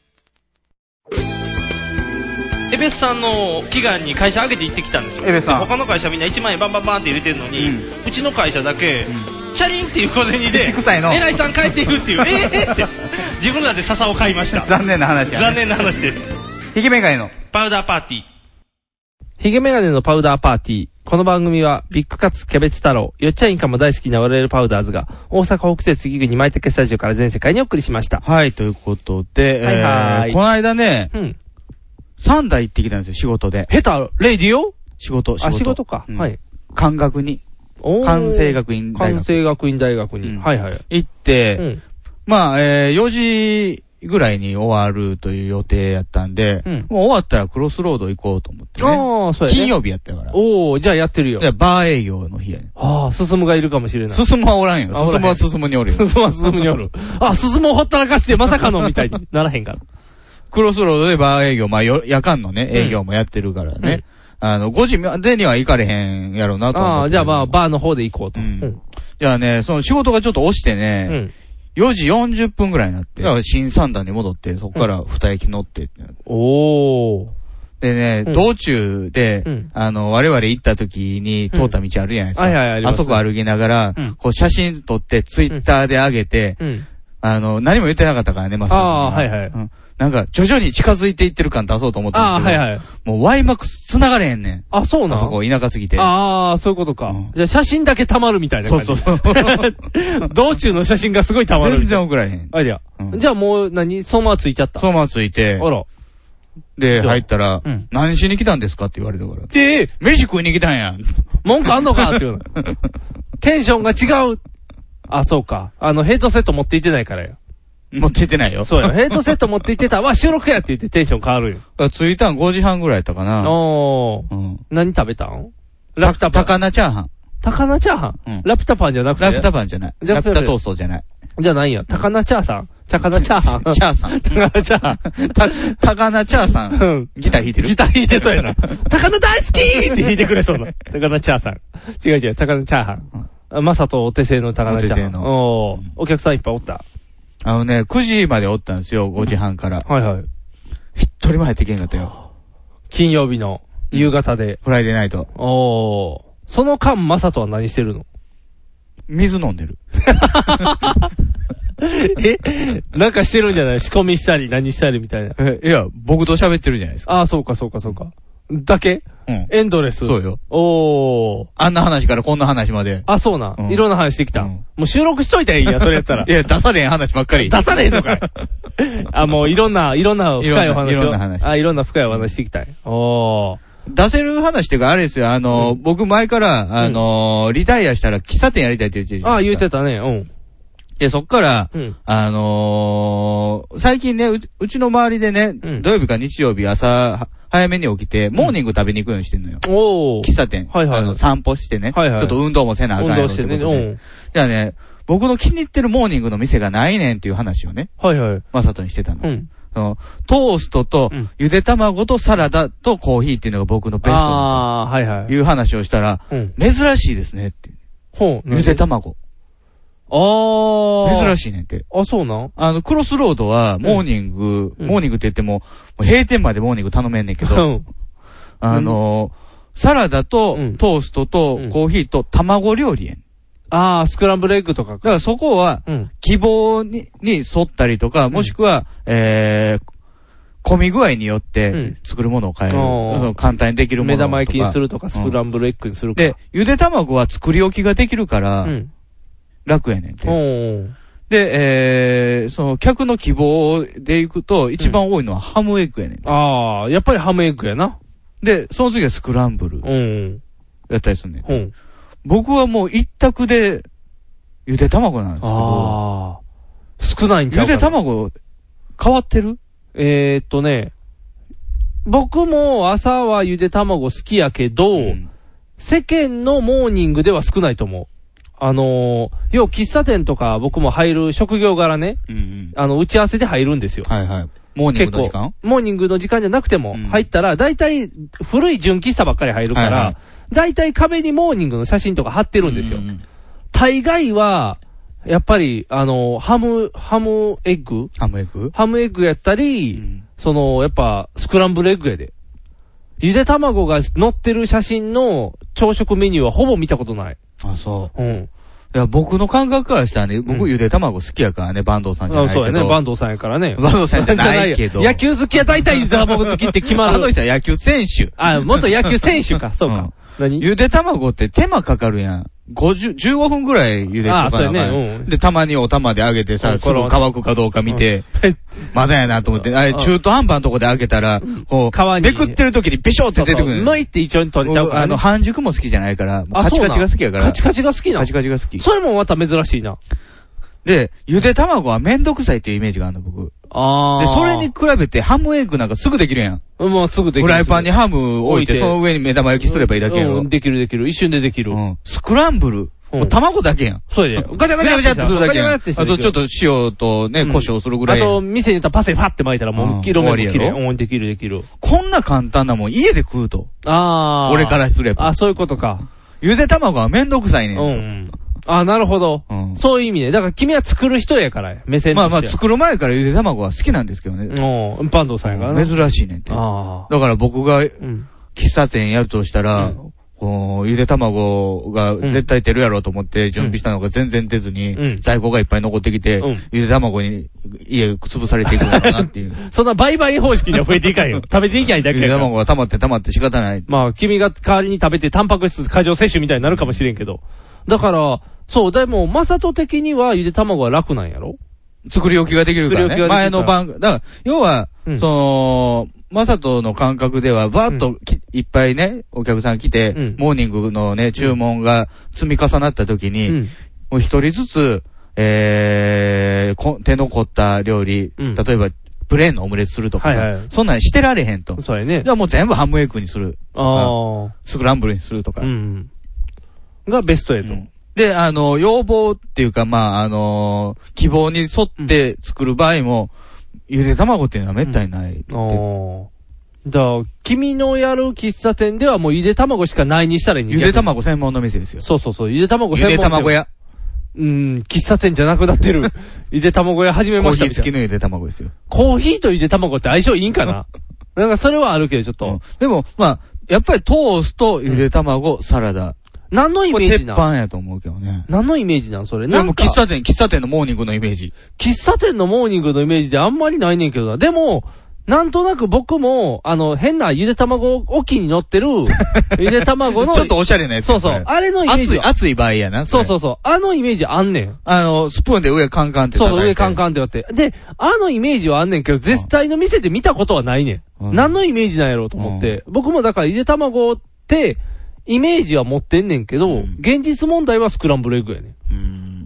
C: エベスさんの祈願に会社上げて行ってきたんですよ。エベスさん。他の会社みんないちまんえんバンバンバンって入れてるのに、うん、うちの会社だけ、うん、チャリンっていう小銭で、偉いさん帰っていくっていう、えーって、自分らで笹を買いました。
B: 残念な話や、ね。
C: 残念な話です。
B: ヒゲメガネの
C: パウダーパーティー。ヒゲメガネのパウダーパーティー。この番組は、ビッグカツ、キャベツ太郎、よっちゃんインカも大好きな我々パウダーズが、大阪北西杉国舞茸スタジオから全世界にお送りしました。
B: はい、ということで、はいはい、えー、この間ね、うん、さんだい行ってきたんですよ、仕事で。
C: 下手レイディオ
B: 仕事、仕事。
C: あ、仕事か。うん、はい。
B: 関学に。関西学院大学。
C: 関西学院大学に。うん、はいはい。
B: 行って、うん、まあ、えー、よじぐらいに終わるという予定やったんで、うん、もう終わったらクロスロード行こうと思ってね。ああ、そうやね。金曜日やったから。
C: おー、じゃあやってるよ。
B: じゃあバー営業の日やね。
C: ああ、進むがいるかもしれない。
B: 進むはおらんよ。進むは進むにおるよ。
C: 進むは進むにおる。あ、進むをほったらかしてまさかのみたいにならへんから。
B: クロスロードでバー営業、まあ、夜間のね、営業もやってるからね。うん、あの、ごじまでには行かれへんやろうなと思って。
C: ああ、じゃあまあ、バーの方で行こうと。うん。うん、
B: じゃあね、その仕事がちょっと押してね、うん、よじよんじゅっぷんぐらいになって、だから新三段に戻って、そこから二駅乗ってって、うん。おー。でね、うん、道中で、うん、あの、我々行った時に通った道あるじゃないですか。うん、はいはいはい。あそこ歩きながら、うん、こう写真撮ってツイッターで上げて、うん、あの、何も言ってなかったからね、まさに。ああ、はいはい。うんなんか、徐々に近づいていってる感出そうと思ったんですけど。ああ、はいはい。もう ワイマックス 繋がれへんねん。
C: あ、そうなの？
B: あそこ田舎すぎて。
C: ああ、そういうことか。うん、じゃあ写真だけ溜まるみたいな感じ。そうそうそう。道中の写真がすごい溜まる。
B: 全然送られへん。
C: あ、いや。うん、じゃあもう何そのままついちゃった。
B: そのままついて。
C: あら。
B: で、入ったら、うん、何しに来たんですかって言われたから。
C: ええー、
B: 飯食いに来たんや。
C: 文句あんのかっていうの。テンションが違う。あ、そうか。あの、ヘッドセット持って行ってないからよ。
B: 持って行ってないよ。
C: そうよ。ヘッドセット持って行ってたわ、収録やって言ってテンション変わる
B: よ。着いたんごじはんぐらいやったかな。
C: おー。うん、何食べたん
B: ラピュタパン。高菜チャーハン。
C: 高菜チャーハン、うん、ラピュタパンじゃなくて
B: ラピュタパンじゃない。ラピュタトーストじゃない。
C: じゃないよ。高菜チャーさん。高菜チャーハン。
B: チャーさん。
C: 高菜チャーハン。た、
B: 高菜チャーさん。うん。ギター弾いてる
C: ギター弾いてそうやな。高菜大好きって弾いてくれそうな。高菜チャーさん。違う違う、高菜チャーハン。まさとお手製の高菜チャーハン。おー。お客さんいっぱいおった。
B: あのね、くじまでおったんですよ、ごじはんから。
C: はいはい。
B: 一人も入ってけんかったよ。
C: 金曜日の夕方で。
B: フライデーナイト。
C: おー。その間、マサトは何してるの？
B: 水飲んでる。
C: えなんかしてるんじゃない？仕込みしたり何したりみたいな。
B: え、いや、僕と喋ってるじゃないですか。
C: ああ、そうかそうかそうか。だけ？うん。エンドレス。
B: そうよ。
C: おー。
B: あんな話からこんな話まで。
C: あ、そうな。うん、いろんな話してきた。うん、もう収録しといたらいいや、それやったら。
B: いや、出されへん話ばっかり。
C: 出されへんのかい。あ、もういろんな、いろんな深いお話を。
B: いろんな話。
C: あ、いろんな深いお話していきたい。おー。
B: 出せる話っていうか、あれですよ、あの、うん、僕前から、あの、うん、リタイアしたら喫茶店やりたいって言ってるじゃないですか。
C: ああ、言ってたね、うん。
B: で、そっから、うん、あのー、最近ねう、うちの周りでね、うん、土曜日か日曜日朝、早めに起きて、モーニング食べに行くようにしてんのよ。お、うん、喫茶店。はいはい。あの、散歩してね。はいはい。ちょっと運動もせなあかんやろってことで。運動してね。うん。じゃあね、僕の気に入ってるモーニングの店がないねんっていう話をね。はいはい。まさとにしてたの。うん。そのトーストと、ゆで卵とサラダとコーヒーっていうのが僕のベストだと。ああ、はいはい。いう話をしたら、うん、珍しいですねって。ほう。ゆで卵。ああ。珍しいねんって。
C: あ、そうなん？
B: あの、クロスロードは、モーニング、うん、モーニングって言っても、もう閉店までモーニング頼めんねんけど、うん、あのー、サラダと、うん、トーストと、コーヒーと卵料理やん。
C: ああ、スクランブルエッグとか。だ
B: からそこは、希望に、に沿ったりとか、もしくは、うん、えー、混み具合によって、作るものを変える。うん、簡単にできるものとか。
C: 目玉焼きにするとか、スクランブルエッグにするか。
B: で、ゆで卵は作り置きができるから、うん楽やねんて。で、えー、その、客の希望で行くと、一番多いのはハムエッグやねんて。
C: うん、ああ、やっぱりハムエッグやな。
B: で、その次はスクランブル。うん。やったりすんねん。うん。僕はもう一択で、ゆで卵なんですけど。ああ。
C: 少ないんちゃうかな。
B: ゆで卵、変わってる？
C: えーっとね、僕も朝はゆで卵好きやけど、うん、世間のモーニングでは少ないと思う。あのー、要は喫茶店とか僕も入る職業柄ね、うんうん、あの、打ち合わせで入るんですよ。
B: はいはい。モーニングの時間？
C: モーニングの時間じゃなくても、入ったら、だいたい古い純喫茶ばっかり入るから、だいたい壁にモーニングの写真とか貼ってるんですよ。うんうん、大概は、やっぱり、あのー、ハム、ハムエッグ
B: ハムエッグ
C: ハムエッグやったり、うん、その、やっぱ、スクランブルエッグやで。ゆで卵が載ってる写真の朝食メニューはほぼ見たことない。
B: あ、そう。うん。いや、僕の感覚からしたらね、僕、うん、ゆで卵好きやからね、坂東さんじゃないけど。
C: そうやね、坂東さんやからね。
B: 坂東さんじゃないけど。
C: 野球好きは大体ゆで卵好きって決まる。
B: あの人は野球選手。
C: あ、元野球選手か、そうか。うん、
B: 何ゆで卵って手間かかるやん。ごじゅう、じゅうごふんぐらい茹でとかなあかん。ね、うん。で、たまにお玉で揚げてさ、すぐ乾くかどうか見て、うん、まだやなと思って、あれ、中途半端のとこで揚げたら、こう、めくってる時にビショって出てくる。
C: むいって一応に取れちゃうから、ね。
B: あの、半熟も好きじゃないから、カチカチが好きやから。
C: カチカチが好きな
B: カチカチが好き。
C: それもまた珍しいな。
B: で、ゆで卵はめんどくさいっていうイメージがあるの、僕。ああ。で、それに比べてハムエッグなんかすぐできるやん。
C: もうすぐできる。
B: フライパンにハム置いて、その上に目玉焼きすればいいだけやろ。
C: うん、できるできる。一瞬でできる。うん。
B: スクランブル。もう卵だけやん。
C: そうやで。ガチャガチャガチャってするだけやん。あ
B: とちょっと塩とね、胡椒するぐらい。
C: あと、店に行ったらパセリファって巻いたらもう、色目も綺麗。うん、できるできる。
B: こんな簡単なもん家で食うと。ああ。俺からすれば。
C: あ、そういうことか。
B: ゆで卵はめんどくさいねん。
C: うん。あ、なるほど。うん。そういう意味ね。だから君は作る人やから、目線として。
B: まあまあ、作る前からゆで卵は好きなんですけどね。
C: うん。パンドさんやからね。
B: 珍しいねんって。ああ。だから僕が、喫茶店やるとしたら、こう、ゆで卵が絶対出るやろうと思って準備したのが全然出ずに、うん、在庫がいっぱい残ってきて、うん、ゆで卵に家潰されていくのかなっていう。
C: そんな売買方式には増えていかんよ。食べていきゃいいだけやから。
B: ゆで卵が溜まって溜まって仕方ない。
C: まあ、君が代わりに食べてタンパク質過剰摂取みたいになるかもしれんけど。だから、そう、でも、マサト的にはゆで卵は楽なんやろ？
B: 作り置きができるからね。前の晩、だから、要は、うん、その、マサトの感覚では、バーッとき、うん、いっぱいね、お客さん来て、うん、モーニングのね、注文が積み重なった時に、うん、もう一人ずつ、えー、こ手の凝った料理、うん、例えば、プレーンのオムレツするとかさ、はいはい、そんなんしてられへんと。
C: そうやね。
B: じゃあもう全部ハムエッグにする。ああ。スクランブルにするとか。うん。
C: がベストやと。うん
B: で、あの、要望っていうか、まあ、あのー、希望に沿って作る場合も、うん、ゆで卵っていうのはめったにないって。うん、
C: ああ。だから、君のやる喫茶店ではもうゆで卵しかないにしたらいいん
B: ゆで卵専門の店ですよ。
C: そうそうそう、ゆで卵専門。
B: ゆで卵屋。
C: うん、喫茶店じゃなくなってる。ゆで卵屋始めましたみたいな。
B: コーヒー付きのゆで卵ですよ。
C: コーヒーとゆで卵って相性いいんかななんかそれはあるけど、ちょっと、うん。
B: でも、まあ、やっぱりトースト、ゆで卵、うん、サラダ。
C: 何のイメージなん？
B: 鉄板やと思うけどね。
C: 何のイメージなんそれ。
B: でも喫茶店、喫茶店のモーニングのイメージ。
C: 喫茶店のモーニングのイメージであんまりないねんけどな。でも、なんとなく僕も、あの、変なゆで卵置きに乗ってる、ゆで卵の。
B: ちょっとおしゃれなやつ。
C: そうそう。あれのイメージ。
B: 熱い、熱い場合やな。
C: そうそうそう。あのイメージあんねん。
B: あの、スプーンで上カンカンって
C: そうそう、上カンカンってやって。で、あのイメージはあんねんけど、絶対の店で見たことはないねん。うん、何のイメージなんやろうと思って。うん、僕もだからゆで卵って、イメージは持ってんねんけど、うん、現実問題はスクランブルエッグやねん。うん。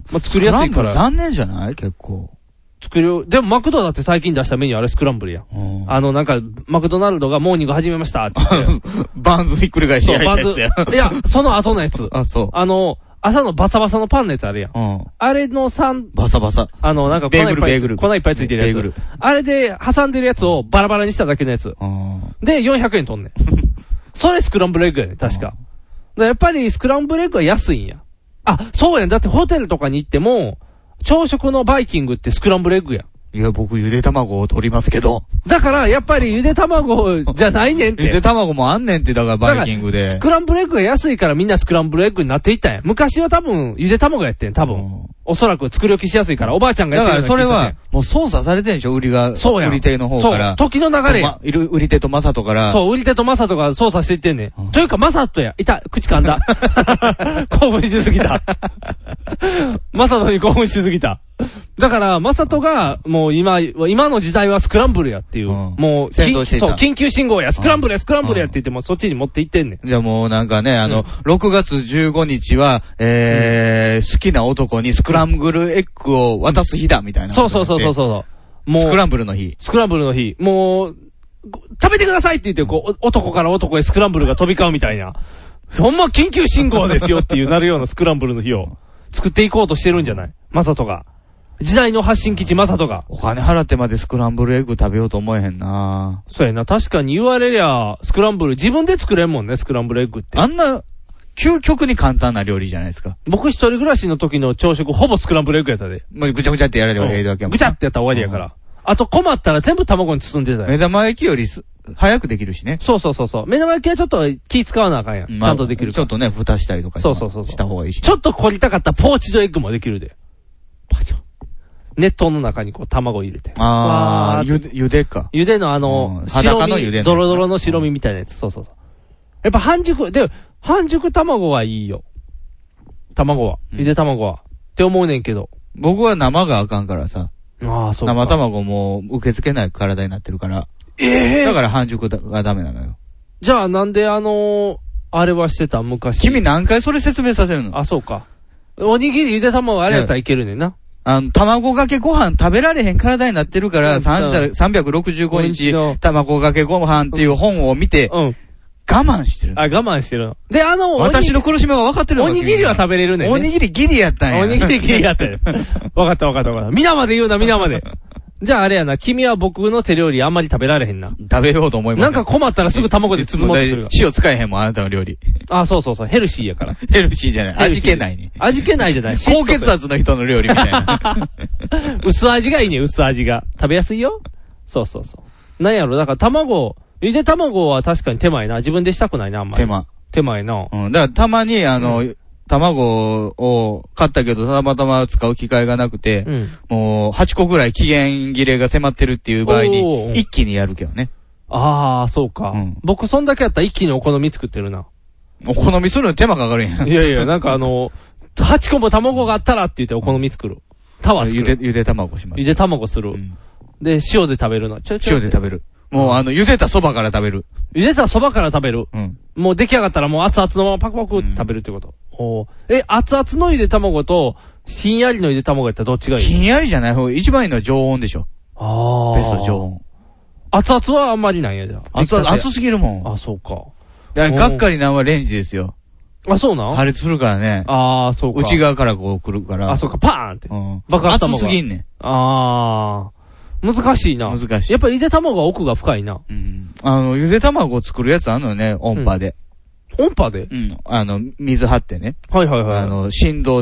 C: まあ、作りやすいから。
B: 残念じゃない結構。
C: 作る、でもマクドだって最近出したメニューあれスクランブルや。あのなんか、マクドナルドがモーニング始めましたって言って。
B: バンズひっくり返し焼いたやつや。
C: いや、その後のやつ。
B: あ、そう。
C: あの、朝のバサバサのパンのやつあるやん。うん、あれの三、
B: バサバサ。
C: あの、なんか粉いっぱい、
B: ベーグル
C: 粉いっぱいついてるやつ。ベーグル。あれで挟んでるやつをバラバラにしただけのやつ。で、よんひゃくえんとんねん。それスクランブルエッグやねん、確か。やっぱりスクランブルエッグは安いんや。あ、そうやん。だってホテルとかに行っても、朝食のバイキングってスクランブルエッグやん。
B: いや、僕、ゆで卵を取りますけど。
C: だから、やっぱりゆで卵じゃないねんって。
B: ゆで卵もあんねんって、だからバイキングで。
C: スクランブルエッグが安いからみんなスクランブルエッグになっていったんや。昔は多分、ゆで卵やってん、多分。うん、おそらく作り置きしやすいから、おばあちゃんがやってる。
B: だからそれは、もう操作されてんでしょ売りが。そうや。売り手の方から。
C: そう。時の流れ。ま、
B: 売り手とマサトから。
C: そう、売り手とマサトが操作していってんねん。うん、というか、マサトや。いた、口噛んだ。興奮しすぎた。マサトに興奮しすぎた。だから、マサトが、もう今、今の時代はスクランブルやっていう。うん、もう、
B: 先導していた。
C: そう、緊急信号や、スクランブルや、スクランブルやって言っても、そっちに持っていってんねん。
B: じゃあもうなんかね、あの、うん、ろくがつじゅうごにちは、えー、うん、好きな男にスクランブルエッグを渡す日だ、みたいな。
C: そうそうそうそうそう。
B: もう、スクランブルの日。
C: スクランブルの日。もう、食べてくださいって言って、こう、男から男へスクランブルが飛び交うみたいな。ほんま緊急信号ですよっていうなるようなスクランブルの日を作っていこうとしてるんじゃないマサトが。時代の発信基地マサトが。
B: お金払ってまでスクランブルエッグ食べようと思えへんな。
C: そうやな。確かに言われりゃ、スクランブル、自分で作れんもんね、スクランブルエッグって。
B: あんな、究極に簡単な料理じゃないですか。
C: 僕一人暮らしの時の朝食、ほぼスクランブルエッグやったで。
B: もうぐちゃぐちゃってやられればええだけやもん。
C: ぐちゃってやったら終わりやから。うん、あと困ったら全部卵に包んでたよ。
B: 目玉焼きよりす、早くできるしね。
C: そうそうそうそう。目玉焼きはちょっと気使わなあかんやん。まあ、ちゃんとできるから。
B: ちょっとね、蓋したりとか
C: そうそうそう
B: した方がいいし、ね。
C: ちょっと凝りたかったポーチドエッグもできるで。パチョ。熱湯の中にこう卵入れて。
B: ああ、ゆで、ゆでか。
C: ゆでのあの、白身、ドロドロの白身みたいなやつ。そうそうそう。やっぱ半熟、で、半熟卵はいいよ。卵は。ゆで卵は。って思うねんけど。
B: 僕は生があかんからさ。
C: ああ、そうか。
B: 生卵も受け付けない体になってるから。
C: ええー、
B: だから半熟がダメなのよ。
C: じゃあなんであのー、あれはしてた昔。
B: 君何回それ説明させるの？
C: あ、そうか。おにぎりゆで卵あれやったらいけるねんな。
B: あの、卵かけご飯食べられへん体になってるから、うん、さんびゃくろくじゅうごにち卵かけご飯っていう本を見て、うん、我慢してる。
C: あ、我慢してるの。で、あの、
B: 私の苦しみが分かってるの
C: おにぎりは食べれるねん、ね。
B: おにぎりギリやったんや。
C: おにぎりギリやったんや。分かった分かった分かった。皆まで言うな、皆まで。じゃああれやな、君は僕の手料理あんまり食べられへんな。
B: 食べようと思います。
C: なんか困ったらすぐ卵で包もうとする。
B: 塩使えへんもん、あなたの料理。
C: あ、そうそうそう、ヘルシーやから。
B: ヘルシーじゃない。味気ないね。
C: 味気ないじゃない。
B: 高血圧の人の料理みたいな。
C: 薄味がいいね、薄味が。食べやすいよ。そうそうそう。なんやろ、だから卵、ゆで卵は確かに手前な。自分でしたくないな、あんまり。
B: 手間。
C: 手前な。
B: うん。だからたまに、あの、うん卵を買ったけど、たまたま使う機会がなくて、うん、もうはちこぐらい期限切れが迫ってるっていう場合に、一気にやるけどね。
C: ああ、そうか、うん。僕そんだけやったら一気にお好み作ってるな。
B: お好みするの手間かかるやん。
C: いやいや、なんかあの、はちこも卵があったらって言ってお好み作る。タワー作る。
B: ゆで、ゆで卵します。
C: ゆで卵する。うん、で、塩で食べるの。
B: ちょちょ塩で食べる。もうあの、茹でた蕎麦から食べる。
C: 茹でた蕎麦から食べる。うん。もう出来上がったらもう熱々のままパクパクって食べるってこと。うんおえ、熱々のゆで卵と、ひんやりのゆで卵やったらどっちがいい？
B: ひんやりじゃない方が一番いいのは常温でしょ。
C: ああ。
B: ベスト常温。
C: 熱々はあんまりないやじゃ
B: 熱々、熱すぎるもん。
C: あ、そうか。
B: いや、がっかりなんはレンジですよ。
C: あ、そうなん
B: 破裂するからね。
C: ああ、そうか。
B: 内側からこう来るから。
C: あ、そうか、パーンって。うん。
B: 爆発熱すぎんねん。
C: ああ。難しいな。
B: 難しい。
C: やっぱゆで卵は奥が深いな。
B: うん。あの、ゆで卵を作るやつあんのよね、音波で。
C: うん音波で
B: うん。あの、水張ってね。
C: はいはいはい。
B: あの、振動で。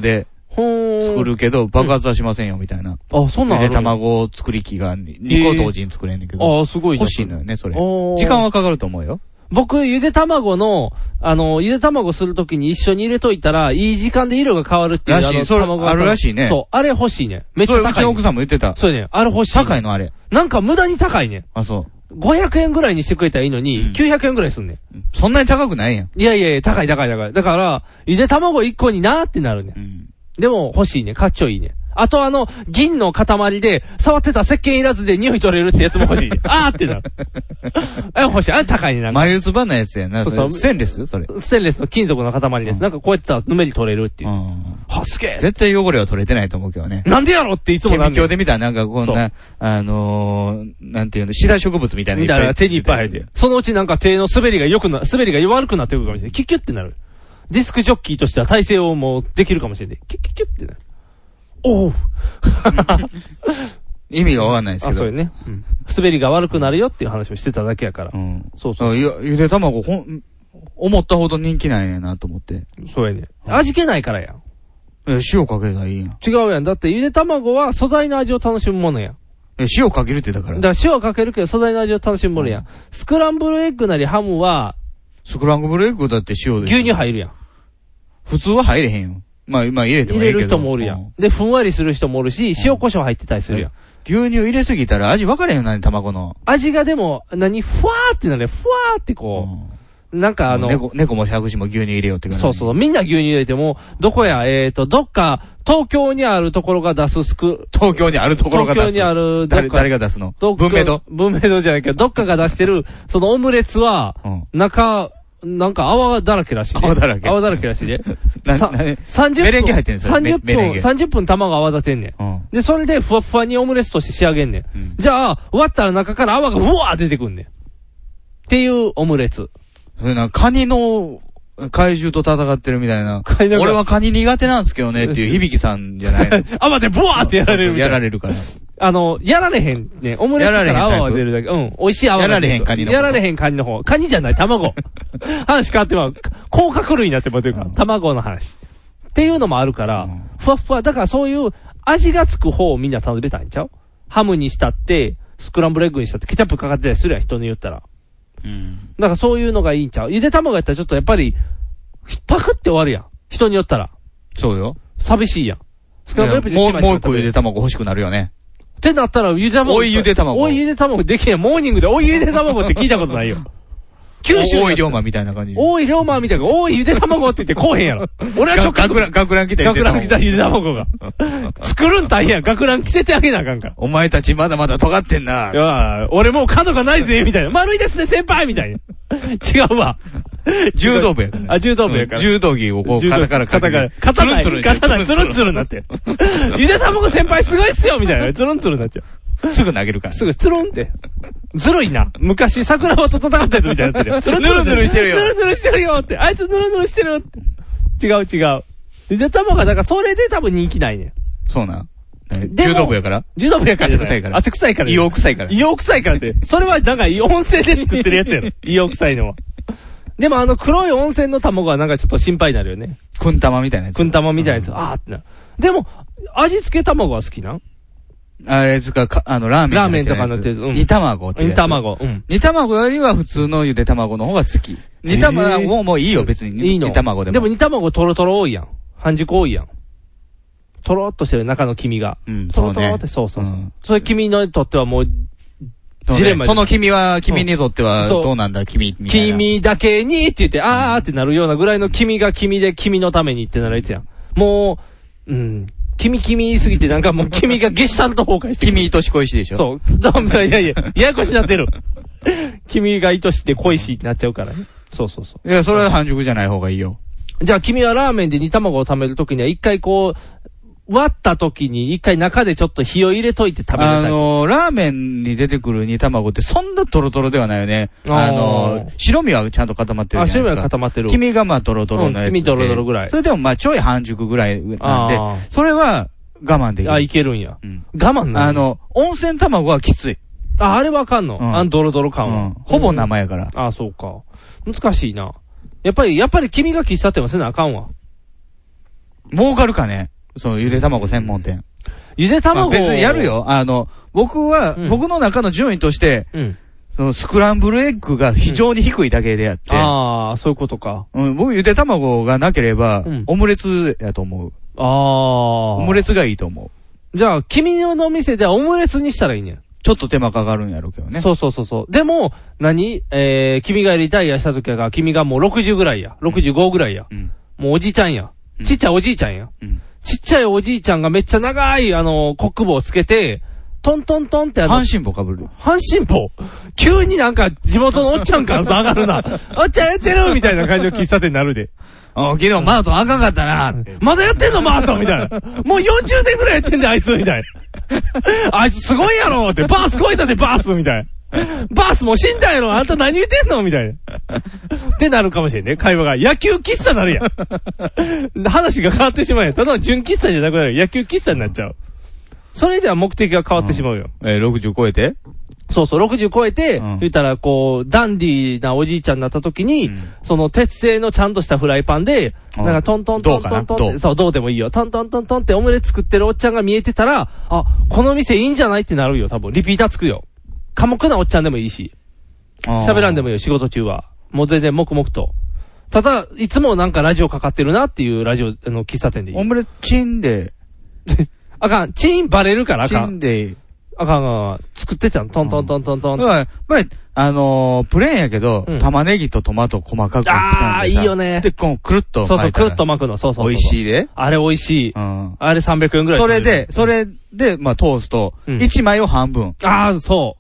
C: ほーん。
B: 作るけど、爆発はしませんよ、みたいな。
C: あ、そんなんある。
B: で、卵作り機がにこ同時に作れんねんけど。
C: えー、あ、すごい。
B: 欲しいのよね、それ。時間はかかると思うよ。
C: 僕、ゆで卵の、あの、ゆで卵するときに一緒に入れといたら、いい時間で色が変わるっていう。
B: らしい、それ、あるらしいね。
C: そう、あれ欲しいね。めっちゃ高い、ね。
B: うちの奥さんも言ってた。
C: そうね、あれ欲しい、
B: ね。高いのあれ。
C: なんか無駄に高いね。
B: あ、そう。
C: ごひゃくえんぐらいにしてくれたらいいのに、うん、きゅうひゃくえんぐらいすんねん。
B: そんなに高くないやん。
C: いやいやいや、高い高い高い。だから、ゆで卵いっこになーってなるね、うん。でも欲しいね。かっちょいいね。あとあの、銀の塊で、触ってた石鹸いらずで匂い取れるってやつも欲しい、ね。あーってなる。あ、欲しい。あれ高いね。なんか。
B: 眉唾なやつやな。そうそう。ステンレスそれ。
C: ステンレスの金属の塊です。うん、なんかこうやってぬめり取れるっていう。は、すげえ。
B: 絶対汚れは取れてないと思うけどね。
C: なんでやろっていつもなん
B: で。顕微鏡で見たらなんかこんな、あのー、なんていうの、シダ植物みたいな。
C: みたいな手にいっぱい入って。そのうちなんか手の滑りが良くな、滑りが悪くなってくるかもしれない。キュッキュッってなる。ディスクジョッキーとしては体勢をもうできるかもしれない。キュッキュッキュッってなる。おう
B: 意味がわかんないですけど。
C: あ、そうよね。うん。滑りが悪くなるよっていう話をしてただけやから。
B: うん。
C: そうそう。
B: ゆ、ゆで卵ほん、思ったほど人気ないねんなと思って。
C: そうやね。味気ないからやん。
B: え、塩かけたらいいやん。
C: 違うやん。だってゆで卵は素材の味を楽しむものやん。
B: え、塩かけるってだから。
C: だから塩かけるけど素材の味を楽しむものやん。うん、スクランブルエッグなりハムは、
B: スクランブルエッグだって塩で。
C: 牛乳入るやん。
B: 普通は入れへんよ。まあ、今入れてもいいけど。
C: 入れる人もおるやん。うん、で、ふんわりする人もおるし、塩胡椒入ってたりするやん。
B: 牛乳入れすぎたら味分かれへんよな、卵の。
C: 味がでも、何、ふわーってなる、ふわーってこう、うん、なんかあの、
B: 猫、猫も百子も牛乳入れようって感じ。
C: そうそう、みんな牛乳入れても、どこや、えーと、どっか、東京にあるところが出すスク、
B: 東京にあるところが出す。
C: 東京にある、
B: 誰、誰が出すの文明堂
C: 文明堂じゃないけど、どっかが出してる、そのオムレツは、うん、中、なんか泡だらけらしい、ね。
B: 泡だらけ
C: 泡だらけらしいね。
B: な、な、さんじゅっぷん。メレンゲ入ってんねん、
C: さんじゅっぷん、さんじゅっぷん卵泡立てんねん。うん、で、それでふわふわにオムレツとして仕上げんねん。うん、じゃあ、割ったら中から泡がふわー出てくんねん。っていうオムレツ。
B: それな、カニの怪獣と戦ってるみたいな。俺はカニ苦手なんですけどねっていう響さんじゃないの。
C: 泡でブワーってやられるみたいな。
B: やられるから。
C: あの、やられへんね。オムレツから泡は出るだけ。うん。美味しい泡
B: が出る。やられへんカニの方。
C: やられへんカニの方。カニじゃない、卵。話変わってまう。甲殻類になってもらってるから。卵の話。っていうのもあるから、ふわふわ。だからそういう味がつく方をみんな食べたいんちゃう？ハムにしたって、スクランブルエッグにしたって、ケチャップかかってたりするやん、人に言ったら。うん。だからそういうのがいいんちゃう？ゆで卵やったらちょっとやっぱり、パクって終わるやん。人によったら。
B: そうよ。
C: 寂しいやん。
B: スクランブルエッグで一枚もう一個ゆで卵欲しくなるよね。
C: ってなったら、ゆで卵。
B: おいゆで卵。
C: おいゆで卵できへん。モーニングでおいゆで卵って聞いたことないよ。九州。
B: 大井龍馬みたいな感じ。
C: 大井龍馬みたいな、大井ゆで卵って言ってこうへんやろ。俺はちょっと。
B: 学ラン、学ラン来た
C: 学ラン来たゆで卵が。作るん大変やん。学ラン着せてあげなあかんから。
B: お前たちまだまだ尖ってんな。
C: いや俺もう角がないぜ、みたいな。丸いですね、先輩みたいな。違うわ。
B: 柔道部やから。
C: あ、柔道部やから。
B: 柔道着をこう、肩から
C: 肩から。肩から。つるんつる。肩から。つるんつるになって。ゆで卵先輩すごいっすよみたいな。つるんつるになっちゃ
B: う。すぐ投げるから。
C: すぐ、つるんって。ずるいな。昔、桜庭と戦ったやつみたいになってるよ。
B: つるぬるぬるしてるよ。
C: ぬるぬるしてるよって。あいつぬるぬるしてるって。違う違う。ゆで卵が、だからそれで多分人気ないね。
B: そうな。柔道部やから
C: 柔道部やから。
B: 汗臭いから。
C: 汗臭いから。
B: 硫黄臭いから。
C: 硫黄臭いからって。それはなんか温泉で作ってるやつやろ。硫黄臭いのは。でもあの黒い温泉の卵はなんかちょっと心配になるよね。
B: くん玉みたいなやつ。
C: くん玉みたいなやつ。あーってな。でも、味付け卵は好きな
B: あれですか、か、あの、ラーメン。
C: ラーメンとかのって、うん。
B: 煮卵ってやつ。
C: 煮卵。うん。
B: 煮卵よりは普通のゆで卵の方が好き。煮卵ももういいよ、別に。いいの。煮卵でも。
C: でも煮卵トロトロ多いやん。半熟多いやん。トロっとしてる中の黄身が。
B: うん、
C: トロトロって、そうそうそう。それ黄身にとってはもう、
B: ジレンマ。その黄身は、黄身にとっては、どうなんだ、黄身みたいな。
C: 黄身だけにって言って、あーってなるようなぐらいの黄身が黄身で黄身のためにってなるやつやん。もう、うん。君君言いすぎてなんかもう君がゲシュタルト崩壊してる。
B: 君愛し恋しでしょ
C: そう。いやいや、ややこしになってる。君が愛しって恋しってなっちゃうからね。そうそうそう。
B: いや、それは半熟じゃない方がいいよ。
C: じゃあ君はラーメンで煮卵を食べるときには一回こう、割った時に一回中でちょっと火を入れといて食べる。
B: あのー、ラーメンに出てくる煮卵ってそんなトロトロではないよね。あのー、白身はちゃんと固まってるじゃないですか。あ、
C: 白身は固まってる。
B: 黄身がまあトロトロのやつ、うん。黄
C: 身トロトロぐらい。
B: それでもまあちょい半熟ぐらいなんで、それは我慢できる。
C: あ、いけるんや。うん、我慢な
B: のあの、温泉卵はきつい。
C: あ、あれわかんの、うん、あのドロドロ感は、うん。
B: ほぼ生やから。
C: あ、そうか。難しいな。やっぱり、やっぱり君が喫茶店はせなあかんわ。
B: 儲かるかねそのゆで卵専門店。
C: ゆで卵を。
B: 別にやるよ。あの、僕は、うん、僕の中の順位として、うん、そのスクランブルエッグが非常に低いだけであって。うん、
C: ああ、そういうことか。
B: うん、僕ゆで卵がなければ、うん、オムレツやと思う。
C: ああ。
B: オムレツがいいと思
C: う。じゃあ、君の店ではオムレツにしたらいいねん。
B: ちょっと手間かかるんやろうけどね。
C: そうそうそうそう。でも、何えー、君がリタイアした時は、君がもうろくじゅうぐらいや。ろくじゅうごぐらいや。うん、もうおじちゃんや。うん、ちっちゃいおじいちゃんや。うん、ちっちゃいおじいちゃんがめっちゃ長い、あの、コック帽をつけて、トントントンってあの、
B: 半身帽被る。
C: 半身帽急になんか地元のおっちゃんからさ上がるな。おっちゃんやってるみたいな感じの喫茶店になるで。
B: あ昨日マートンあかんかったなって。
C: まだやってんのマートンみたいな。もうよんじゅうねんぐらいやってんであいつみたいな。あいつすごいやろって。バース超えたでバースみたいな。バースもう死んだやろあんた何言ってんのみたいな。ってなるかもしれんね。会話が。野球喫茶なるやん。話が変わってしまうやん。ただの純喫茶じゃなくなる。野球喫茶になっちゃう。それじゃ目的が変わってしまうよ。
B: うん、えー、ろくじゅう超えて
C: そうそう、ろくじゅう超えて、うん、言ったら、こう、ダンディーなおじいちゃんになった時に、うん、その鉄製のちゃんとしたフライパンで、うん、なんかトントントントントンって、そう、どうでもいいよ。トントントントンってオムレツ作ってるおっちゃんが見えてたら、あ、この店いいんじゃないってなるよ、多分。リピーターつくよ。寡黙なおっちゃんでもいいし。喋らんでもいいよ、仕事中は。もう全然黙々と。ただ、いつもなんかラジオかかってるなっていうラジオ、あの、喫茶店でいい。
B: オムレツチンで。
C: あかん。チーンバレるからあかん。
B: チンで。
C: あかんあかん。作ってちゃう。トントントントントン。
B: だから、まあ、あのー、プレーンやけど、うん、玉ねぎとトマト細かく刻んで
C: ああ、いいよね。
B: で、こう、くるっと巻いたら。
C: そうそう、くるっと巻くの。そうそうそう。
B: 美味しいで。
C: あれ美味しい。うん。あれさんびゃくえんぐらい。
B: それで、それで、まあ、トースト。うん、いちまいを半分。
C: ああ、そう。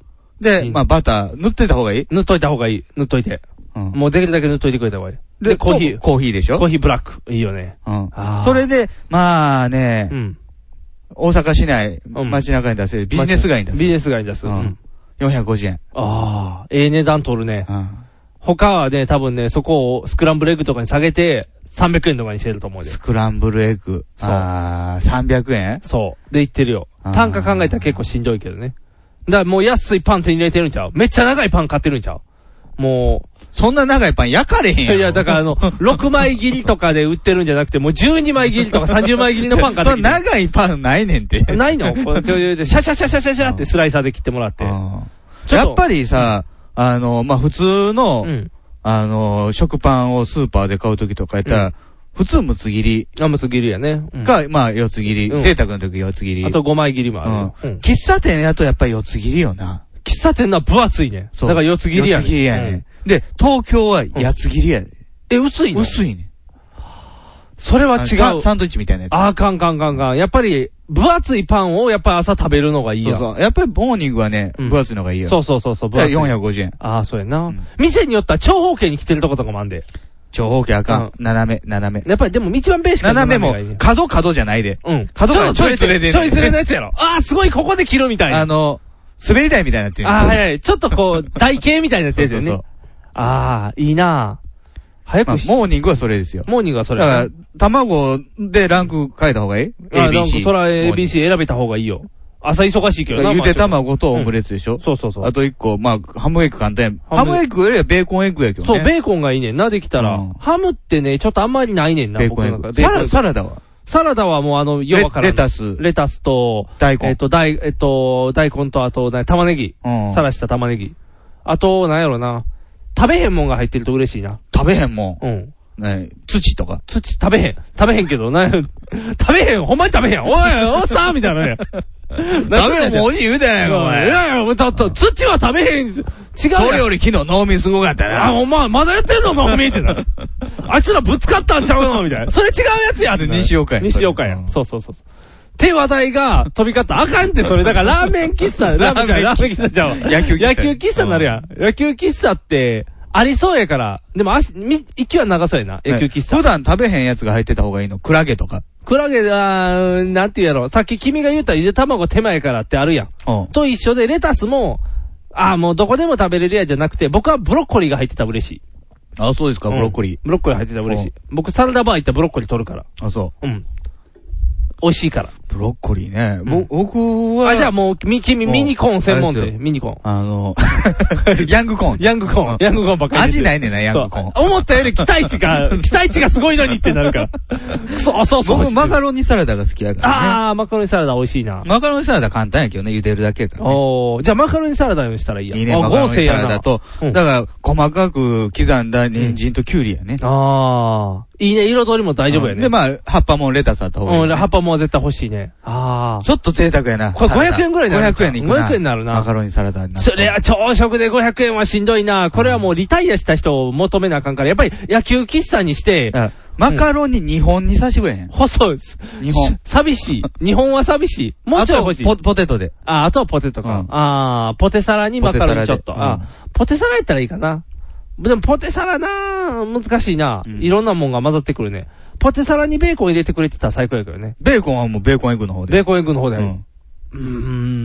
B: で、いいまあ、バター、塗っといた方がいい
C: 塗っといた方がいい。塗っといて。うん。もうできるだけ塗っといてくれた方がいい。
B: で、コーヒー。コーヒーでしょ
C: コーヒーブラック。いいよね。
B: うん。あそれで、まあね、うん。大阪市内、街中に出せる、ビジネス街に出す。
C: ビジネス街に出す。うん。
B: よんひゃくごじゅうえん。
C: ああ、ええ値段取るね。うん。他はね、多分ね、そこをスクランブルエッグとかに下げて、さんびゃくえんとかにしてると思うで。
B: スクランブルエッグ。そう。ああ、さんびゃくえん
C: そう。で、言ってるよ。単価考えたら結構しんどいけどね。だからもう安いパン手に入れてるんちゃうめっちゃ長いパン買ってるんちゃうもう。
B: そんな長いパン焼かれへんやん。
C: いや、だからあの、ろくまい切りとかで売ってるんじゃなくて、もうじゅうにまい切りとかさんじゅうまい切りのパン買ってきて。
B: そんな長いパンないねんて。
C: ないのこれ、シャシャシャシャシャシャってスライサーで切ってもらって。
B: やっぱりさ、あの、まあ、普通の、うん、あの、食パンをスーパーで買うときとかやったら、うん、普通むつ切り。
C: あ、むつ切りやね。
B: うん、か、まあ、四つ切り。うん、贅沢のとき四つ切り。
C: あとごまい切りもある。
B: うん。喫茶店やとやっぱり四つ切りよな。
C: 喫茶店のは分厚いね。そう。だから四つ切りやね。
B: 四つ切りやね。で、東京は八つ切りやね。
C: え、薄いの
B: 薄いね。
C: それは違う。
B: サンドイッチみたいなやつ。
C: ああ、かんかんかんかん。やっぱり、分厚いパンをやっぱ朝食べるのがいいや。
B: そうそう。やっぱりモーニングはね、分厚いのがいいよ。
C: そうそうそうそう、分
B: 厚い。よんひゃくごじゅうえん。
C: ああ、そうやな。店によったら長方形に来てるとことかもあんで。
B: 長方形あかん。斜め、斜め。
C: やっぱりでも一番ベーシック
B: な斜めも、角角じゃないで。
C: うん。
B: 角角ちょいずれで。
C: ちょいずれのやつやろ。ああ、すごいここで切るみたいな。
B: あの、滑り台みたいになってる。
C: ああ、はいはい。ちょっとこう、台形みたいなやつですよね。そうそうそう。ああ、いいなぁ。早く、まあ、
B: モーニングはそれですよ。
C: モーニングはそれ。
B: だから、卵でランク変えた方がいい
C: ?エービーシー。それは エービーシー 選べた方がいいよ。朝忙しいけどな。
B: ゆで卵とオムレツでしょ、うん、
C: そうそうそう。
B: あと一個、まあ、ハムエッグ簡単や。ハムエッグよりはベーコンエッグやけどね。
C: そう、ベーコンがいいねんな、できたら。うん、ハムってね、ちょっとあんまりないねんな、
B: ベーコンエッグ。サラ、サラダは
C: サラダはもうあの、よわからん。
B: レタス。
C: レタスと、
B: 大根。
C: えっと、大、えっと、大根と、あと、玉ねぎ。うん。さらした玉ねぎ。あと、なんやろな。食べへんもんが入ってると嬉しいな。
B: 食べへんも
C: ん。うん。
B: ね土とか。
C: 土、食べへん。食べへんけど、な、食べへん。ほんまに食べへん。おい、おっさんみたいなね。
B: 食べへんもん美味しい言うてないよ、お前。
C: いやいや、もうたった、土は食べへん。違う。そ
B: れより昨日農民すごかったな。
C: あ、ほんま、まだやってんの農民ってな。あいつらぶつかったんちゃうのみたいな。それ違うやつやって。
B: 西岡や。
C: 西岡や。そうそうそう。手話題が飛び交ったらあかんって、それ。だからラーメン喫茶、ラーメンじゃラーメン喫茶ちゃうわ。
B: 野球喫茶。
C: 野球喫茶になるやん。野球喫茶って、ありそうやから。でも足、み、息は長そうやな。野球喫茶。
B: 普段食べへんやつが入ってた方がいいの。クラゲとか。
C: クラゲは、なんて言うやろ。さっき君が言ったらゆで卵手前からってあるやん。うん。と一緒で、レタスも、ああ、もうどこでも食べれるやじゃなくて、僕はブロッコリーが入ってたら嬉しい。
B: あ、そうですか、ブロッコリー。
C: ブロッコリー入ってたら嬉しい。僕サラダバー行ったらブロッコリー取るから。
B: あ、そう。
C: うん。 美味しいから。
B: ブロッコリーね。ぼ、僕は。
C: あ、じゃあもう、ミ、君、ミニコーン専門店。ミニコーン。
B: あの、ヤングコーン。
C: ヤングコーン。ヤングコーンばっかり。
B: 味ないねんな、ヤングコーン。
C: 思ったより期待値が、期待値がすごいのにってなるから。そうそうそう。
B: 僕、マカロニサラダが好きやからね。
C: あー、マカロニサラダ美味しいな。
B: マカロニサラダ簡単やけどね、茹でるだけやからね。
C: おー、じゃあマカロニサラダにしたらいいや。
B: いいね、マカロニサラダと。だから、細かく刻んだ人参とキュウリやね。
C: あー。いいね、彩りも大丈夫やね。
B: で、まあ、葉っぱもレタスあった方がいい。
C: うん、葉っぱも絶対欲しいね。あー。
B: ちょっと贅沢やな。
C: これごひゃくえんぐらいになる。
B: ごひゃくえんに行くな。
C: ごひゃくえんになるな。
B: マカロニサラダになる。
C: それは朝食でごひゃくえんはしんどいな。これはもうリタイアした人を求めなあかんから、やっぱり野球喫茶にして、
B: マカロニにほんにさしてくれへん。
C: 細いです。
B: にほん。
C: 寂しい。にほんは寂しい。もうちょい欲しい。
B: ポ、ポテトで。
C: あ、あとはポテトか。あー、ポテサラにマカロニちょっと。あ、ポテサラやったらいいかな。でもポテサラなぁ、難しいな。いろんなもんが混ざってくるね。ポテサラにベーコン入れてくれてたら最高やけどね。
B: ベーコンはもうベーコンエッグの方で。
C: ベーコンエッグの方で。う
B: ん。うん。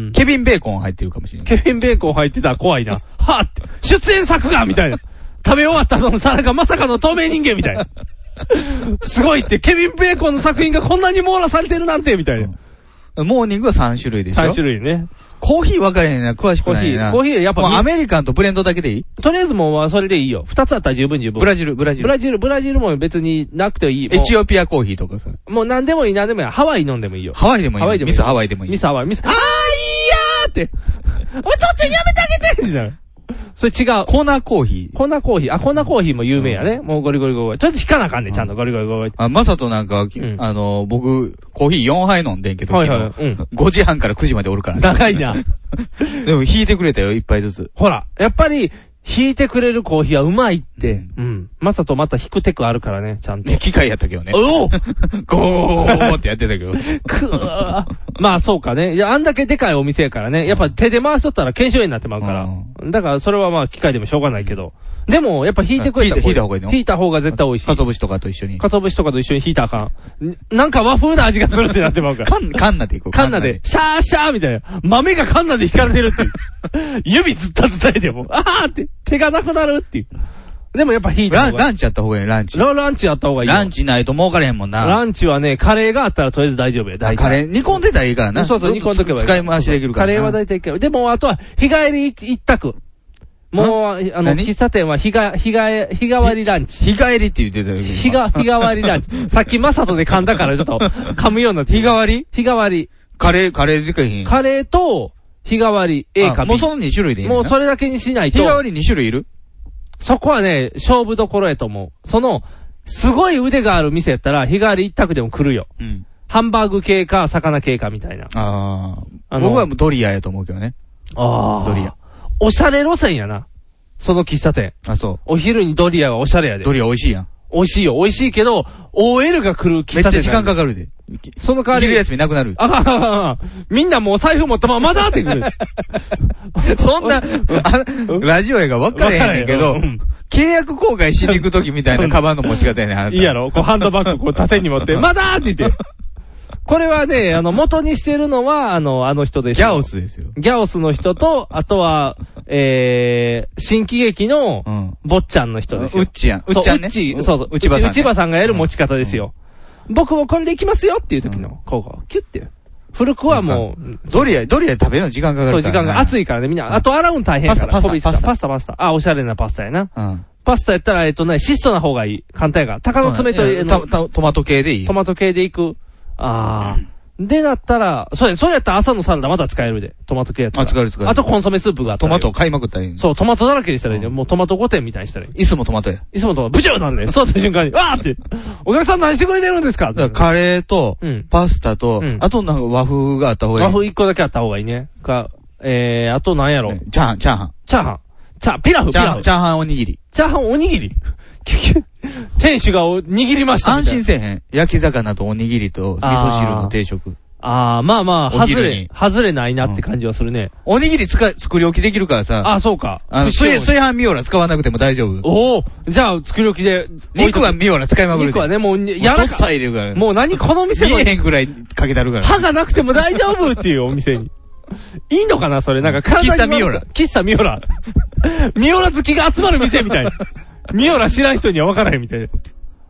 B: ケビンベーコン入ってるかもしれない。
C: ケビンベーコン入ってたら怖いな。はぁって、出演作がみたいな。食べ終わったその皿がまさかの透明人間みたいな。すごいって、ケビンベーコンの作品がこんなに網羅されてるなんてみたいな。
B: うん、モーニングはさん種類でしょ ?さん
C: 種類ね。
B: コーヒー分かれへんな、詳しくないな。
C: コーヒー、コーヒーやっぱ。
B: もうアメリカンとブレンドだけでいい？
C: とりあえずもうそれでいいよ。二つあったら十分十分。
B: ブラジル、ブラジル。
C: ブラジル、ブラジルも別になくていい。
B: エチオピアコーヒーとかさ。
C: もう何でもいい、何でもいい。ハワイ飲んでもいいよ。
B: ハワイでもいい。
C: ハワイでもいい。
B: ミスハワイでもいい。
C: ミスハワイ、ミス。あーいいやーって。お父ちゃんやめてあげてみたいな。それ違う。
B: コーナーコーヒ
C: ー。コーナーコーヒー。あ、コーナーコーヒーも有名やね。もうゴリゴリゴリゴリ。とりあえず引かなあかんね、ちゃんとゴリゴリゴリ。
B: あ、まさとなんか、あの、僕、コーヒーよんはい飲んでんけど、はいはい。うん。ごじはんからくじまでおるからね。
C: 長いな。
B: でも引いてくれたよ、一杯ずつ。
C: ほら、やっぱり、引いてくれるコーヒーはうまいって。うん。まさとまた引くテクあるからね、ちゃんと。
B: ね、機械やったけどね。
C: おお
B: ゴーってやってたけど。
C: くー。まあそうかね。いや、あんだけでかいお店やからね。やっぱ手で回しとったら検証炎になってまうから。だからそれはまあ機械でもしょうがないけど。でも、やっぱ引いてくれた
B: 方がいい。引いた方がいいの？
C: 引いた方が絶対美味しい。
B: 鰹節とかと一緒に。
C: 鰹節とかと一緒に引いたらあかん。なんか和風な味がするってなってまうから。
B: カン、カンナでいこう。
C: カンナで。シャーシャーみたいな。豆がカンナで引かれてるっていう。指ずったずったいでも、あーって、手がなくなるっていう。でもやっぱ引いた方がいい。
B: ランチやった方がいい、ランチ。
C: ランチやった方がいい。
B: ランチないと儲かれへんもんな。
C: ランチはね、カレーがあったらとりあえず大丈夫や。大
B: カレー、煮込んでたらいいからな。
C: そうそう、煮込んどけばいい。
B: 使い回しできるから。
C: カレーは大体いける。でも、あとは、日帰り一択。もう、あの、喫茶店は日が、日が、日替わりランチ。
B: 日帰りって言ってたよ。
C: 日が、日替わりランチ。さっきマサトで噛んだからちょっと、噛むようになって。
B: 日替わり
C: 日替わり。
B: カレー、カレーでかいへん。
C: カレーと、日替わり、A か B。
B: もうそのに種類でいい
C: もうそれだけにしないと。
B: 日替わりに種類いる？
C: そこはね、勝負どころやと思う。その、すごい腕がある店やったら、日替わり一択でも来るよ。うん。ハンバーグ系か、魚系かみたいな。
B: ああ。僕はもうドリアやと思うけどね。
C: ああ。
B: ドリア。
C: おしゃれ路線やな。その喫茶店。
B: あ、そう。
C: お昼にドリアはおしゃれやで。
B: ドリア美味しいやん。
C: 美味しいよ。美味しいけど、オーエル が来る喫茶店。
B: めっちゃ時間かかるで。
C: その代わり。
B: 昼休みなくなる。
C: あははは。みんなもう財布持ったままだってくる。
B: そんな、ラジオやが分かれへんねんけど、契約更改しに行くときみたいなカバンの持ち方やねん、あなた。
C: いいやろこうハンドバッグこう縦に持って、まだーって言って。これはね、あの、元にしてるのは、あの、あの人です
B: よ。ギャオスですよ。
C: ギャオスの人と、あとは、えー、新喜劇の、坊ちゃんの人ですよ。
B: うっちやん。うっちゃんね。
C: うっち、そうそう。うちばさん。うちばさんがやる持ち方ですよ。僕もこれで行きますよっていう時の、こうこう、キュッて。古くはもう、
B: ドリア、ドリア食べるの時間かかるから。
C: そう、時間が暑いからね、みんな。あと洗うん大変やから。
B: パスタ、パスタ、
C: パスタ、パスタ。あ、おしゃれなパスタやな。うん。パスタやったら、えっとね、質素な方がいい。簡単やから。鷹の爪と、
B: トマト系でいい。
C: トマト系でいく。あー。で、だったら、そうや、それやったら朝のサラダまだ使えるで。トマト系やったら。
B: あ、使える使える。
C: あとコンソメスープがあったら。
B: トマトを買いまくったらいい。
C: そう、トマトだらけにしたらいいね。もうトマトごてんみたいにしたらいい。
B: いつもトマトや。
C: いつもトマト。ブチューなんで、そうった瞬間に、わーって。お客さん何してくれてるんですか
B: カレーと、パスタと、あとなんか和風があった方がいい。
C: 和風一個だけあった方がいいね。か、えー、あとなんやろ。
B: チャーハン、チャーハン。
C: チャーハン。チャー、ピラフ、ピラフ。
B: チャーハンおにぎり。
C: チャーハンおにぎり店主が握りました。
B: 安心せえへん。焼き魚とおにぎりと味噌汁の定食。
C: ああ、まあまあ、外れ、外れないなって感じはするね。
B: おにぎりつか、作り置きできるからさ。
C: ああ、そうか。
B: あの、炊飯ミオラ使わなくても大丈夫。
C: おお、じゃあ作り置きで。
B: 肉はミオラ使いまくるで。
C: 肉はね、もう、やらか。
B: 入れるから。
C: もう何この店
B: の。見えへんぐらいかけたるから。
C: 歯がなくても大丈夫っていうお店に。いいのかなそれ、なんか体に。
B: 喫茶ミオラ。
C: 喫茶ミオラ。ミオラ好きが集まる店みたいな。ミオラ知らん人には分からへんみたいな。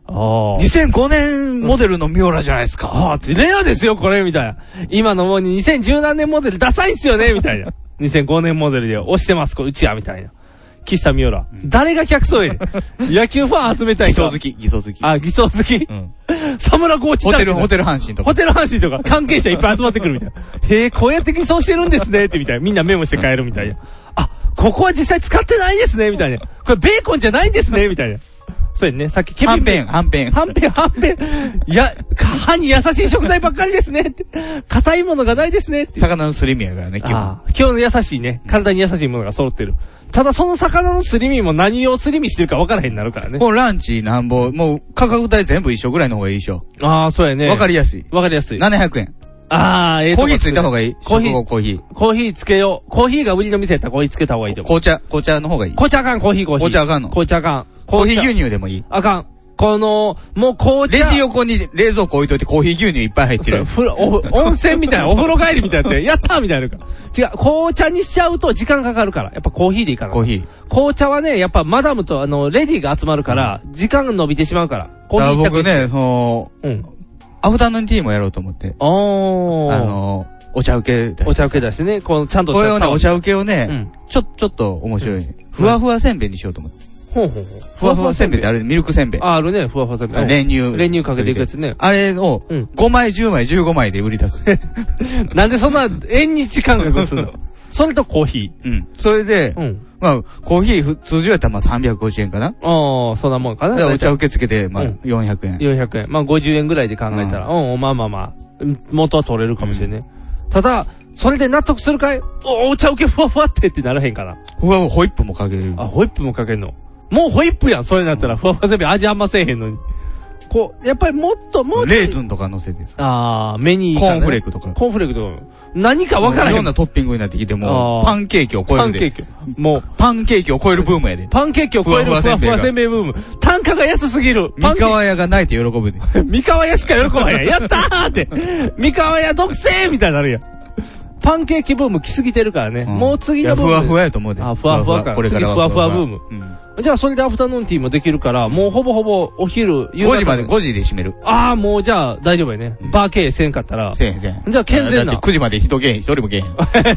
C: ああ。
B: にせんごねんモデルのミオラじゃないですか。
C: ああ、レアですよ、これ、みたいな。今のもうにせんじゅうなんねんモデルダサいっすよね、みたいな。にせんごねんモデルで押してます、これ、うちや、みたいな。喫茶ミオラ。うん、誰が客層やねん。野球ファン集めたい
B: 人。偽装好き、偽装好き。
C: あ、偽装好き。うん。サムラコーチ
B: ホテル、ホテル阪神とか。
C: ホテル阪神とか、関係者いっぱい集まってくるみたいな。へえ、こうやって偽装してるんですね、ってみたいな。みんなメモして帰るみたいな。あ、ここは実際使ってないですね、みたいな。これベーコンじゃないんですね、みたいな。そうやね、さっきケビン。
B: はんぺん、はんぺん。
C: はんぺん、はんぺん。いや、歯に優しい食材ばっかりですね、って。硬いものがないですね、って。
B: 魚のすり身やからね、
C: 今日。今日の優しいね、体に優しいものが揃ってる。ただその魚のすり身も何をすり身してるか分からへんになるからね。
B: このランチなんぼ、もう価格帯全部一緒ぐらいの方がいいでしょ。
C: ああ、そうやね。
B: 分かりやすい。
C: 分かりやすい。
B: ななひゃくえん。
C: ああ、ええー。
B: コーヒーついた方がいい。
C: コーヒー。
B: コーヒー。
C: コーヒーつけよう。コーヒーが売りの店やったらコーヒーつけた方がいいと思う。
B: 紅茶、紅茶の方がいい。
C: 紅茶あかん、コーヒー、コーヒー。
B: 紅茶あかんの。
C: 紅茶あかん。
B: コーヒー牛乳でもいい。
C: あかん。この、もう紅茶。
B: レジ横に冷蔵庫置いといてコーヒー牛乳いっぱい入ってる。
C: ふお温泉みたいな、お風呂帰りみたいなって、やったーみたいな。違う、紅茶にしちゃうと時間かかるから。やっぱコーヒーでいいから。
B: コーヒー。
C: 紅茶はね、やっぱマダムとあの、レディーが集まるから、時間が伸びてしまうから。
B: コーヒー僕ね、その、うん。アフタヌーンティーもやろうと思って。
C: おー。
B: あの、お茶受け出して。
C: お茶受け出してね、このちゃんとした。
B: これをね、お茶受けをね、うん、ちょ、ちょっと面白い、ねうん。ふわふわせんべいにしようと思って。
C: ほうほうほう。
B: ふわふわせんべいってあれ、ミルクせんべい。
C: あ、あるね、ふわふわせんべい。
B: 練乳。
C: 練乳かけていくやつね。
B: あれを、ごまい、じゅうまい、じゅうごまいで売り出す。
C: なんでそんな、縁日感覚するのそれとコーヒ
B: ー。うん。それで、うん、まあ、コーヒー、通常やったらまあさんびゃくごじゅうえんかな。
C: ああ、そんなもんかな。
B: お茶受け付けて、まあ、よんひゃくえん。
C: よんひゃくえん。まあ、ごじゅうえんぐらいで考えたら、うん、まあまあまあ、元は取れるかもしれんね。ただ、それで納得するかいお、お茶受けふわふわってってならへんかな。
B: ふわふわ、ホイップもかける。
C: あ、ホイップもかけるの。もうホイップやん、それになったら、ふわふわせんべい味あんませえへんのに。こう、やっぱりもっと、もっと。
B: レーズンとか乗せてさ。
C: あー、目にいい
B: か、ね。コーンフレークとか。
C: コーンフレークとか。何か分からへん。
B: いろんなトッピングになってきても、パンケーキを超えるで。
C: パンケーキ。もう、
B: パンケーキを超えるブームやで。
C: パンケーキを超えるふわふわせんべいブーム。単価が安すぎる。
B: 三河屋が泣いて喜ぶで。
C: 三河屋しか喜ばへん。やったーって。三河屋独占みたいになるやん。パンケーキブーム来すぎてるからね。うん、もう次の
B: ブーム。いや、ふわふわやと思うで。
C: あ、ふわふわか。これからふわふわブーム。うん、じゃあ、それでアフタヌーンティーもできるから、もうほぼほぼお昼、
B: ごじまで、ごじで閉める。
C: ああ、もうじゃあ、大丈夫やね。バー経営せんかったら。
B: せんへんせん。
C: じゃあ、健全な。
B: だってくじまで人けへん、一人もけへん。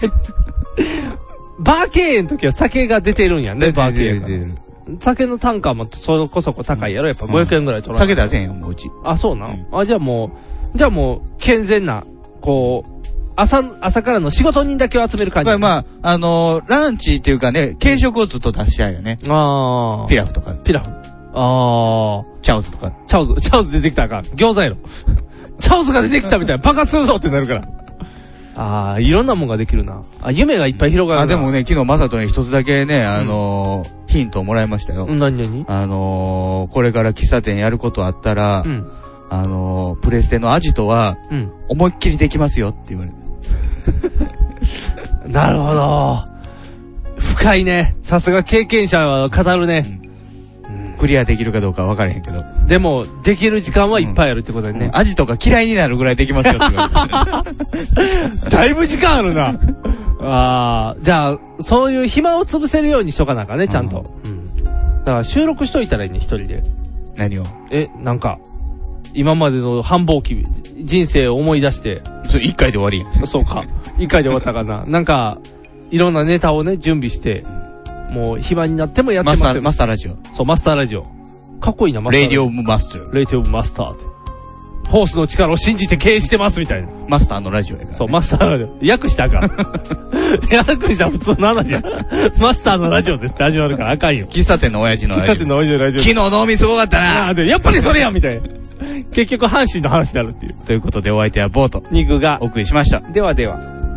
C: バー経営の時は酒が出てるんやね、バー経営が。酒の単価もそこそこ高いやろ、やっぱごひゃくえんぐらい取ら
B: ない。酒出せんよ、もううち。
C: あ、そうな、うん、あ、じゃあもう、じゃあもう、健全な、こう、朝、朝からの仕事人だけを集める感じ。
B: まあ、あのー、ランチっていうかね、軽食をずっと出しちゃうよね。
C: ああ。
B: ピラフとか。
C: ピラフ。ああ。
B: チャウズとか。
C: チャウズ、チャウズ出てきたらあかん。餃子やろ。チャウズが出てきたみたいな。爆発するぞってなるから。ああ、いろんなもんができるな。あ、夢がいっぱい広がるな。
B: あ、でもね、昨日マサトに一つだけね、あのーうん、ヒントをもらいましたよ。
C: 何何
B: あのー、これから喫茶店やることあったら、うん、あのー、プレステのアジトは、うん、思いっきりできますよって言われる。
C: なるほど。深いね。さすが経験者は語るね、
B: うんうん。クリアできるかどうかは分からへんけど。
C: でも、できる時間はいっぱいあるってことだよね。
B: うん、アジとか嫌いになるぐらいできますよって言われ
C: る。だいぶ時間あるな。あー、じゃあ、そういう暇を潰せるようにしとかなあかね、ちゃんと。うん。だから収録しといたらいいね、一人で。
B: 何を？
C: え、なんか、今までの繁忙期、人生を思い出して。
B: それ一回で終わりやん。
C: そうか。一回で終わったかな。なんか、いろんなネタをね、準備して、もう暇になってもやってますよ。
B: マスター、マスターラジオ。
C: そう、マスターラジオ。かっこいいな、
B: マスターラジオ。レイディオブマスター。
C: レイディオブマスターって。フォースの力を信じて経営してますみたいな。
B: マスターのラジオやから、ね。
C: そう、マスターのラジオ。訳したらあかん。訳したら普通の話や。マスターのラジオですって始まるからあかんよ。
B: 喫茶店の親父のラジオ。
C: 喫茶店の親父のラジオ。
B: 昨日飲みすごかったな。
C: あでやっぱりそれやみたいな。結局阪神の話になるっていう。
B: ということでお相手はボート。
C: ニグが
B: お送りしました。
C: ではでは。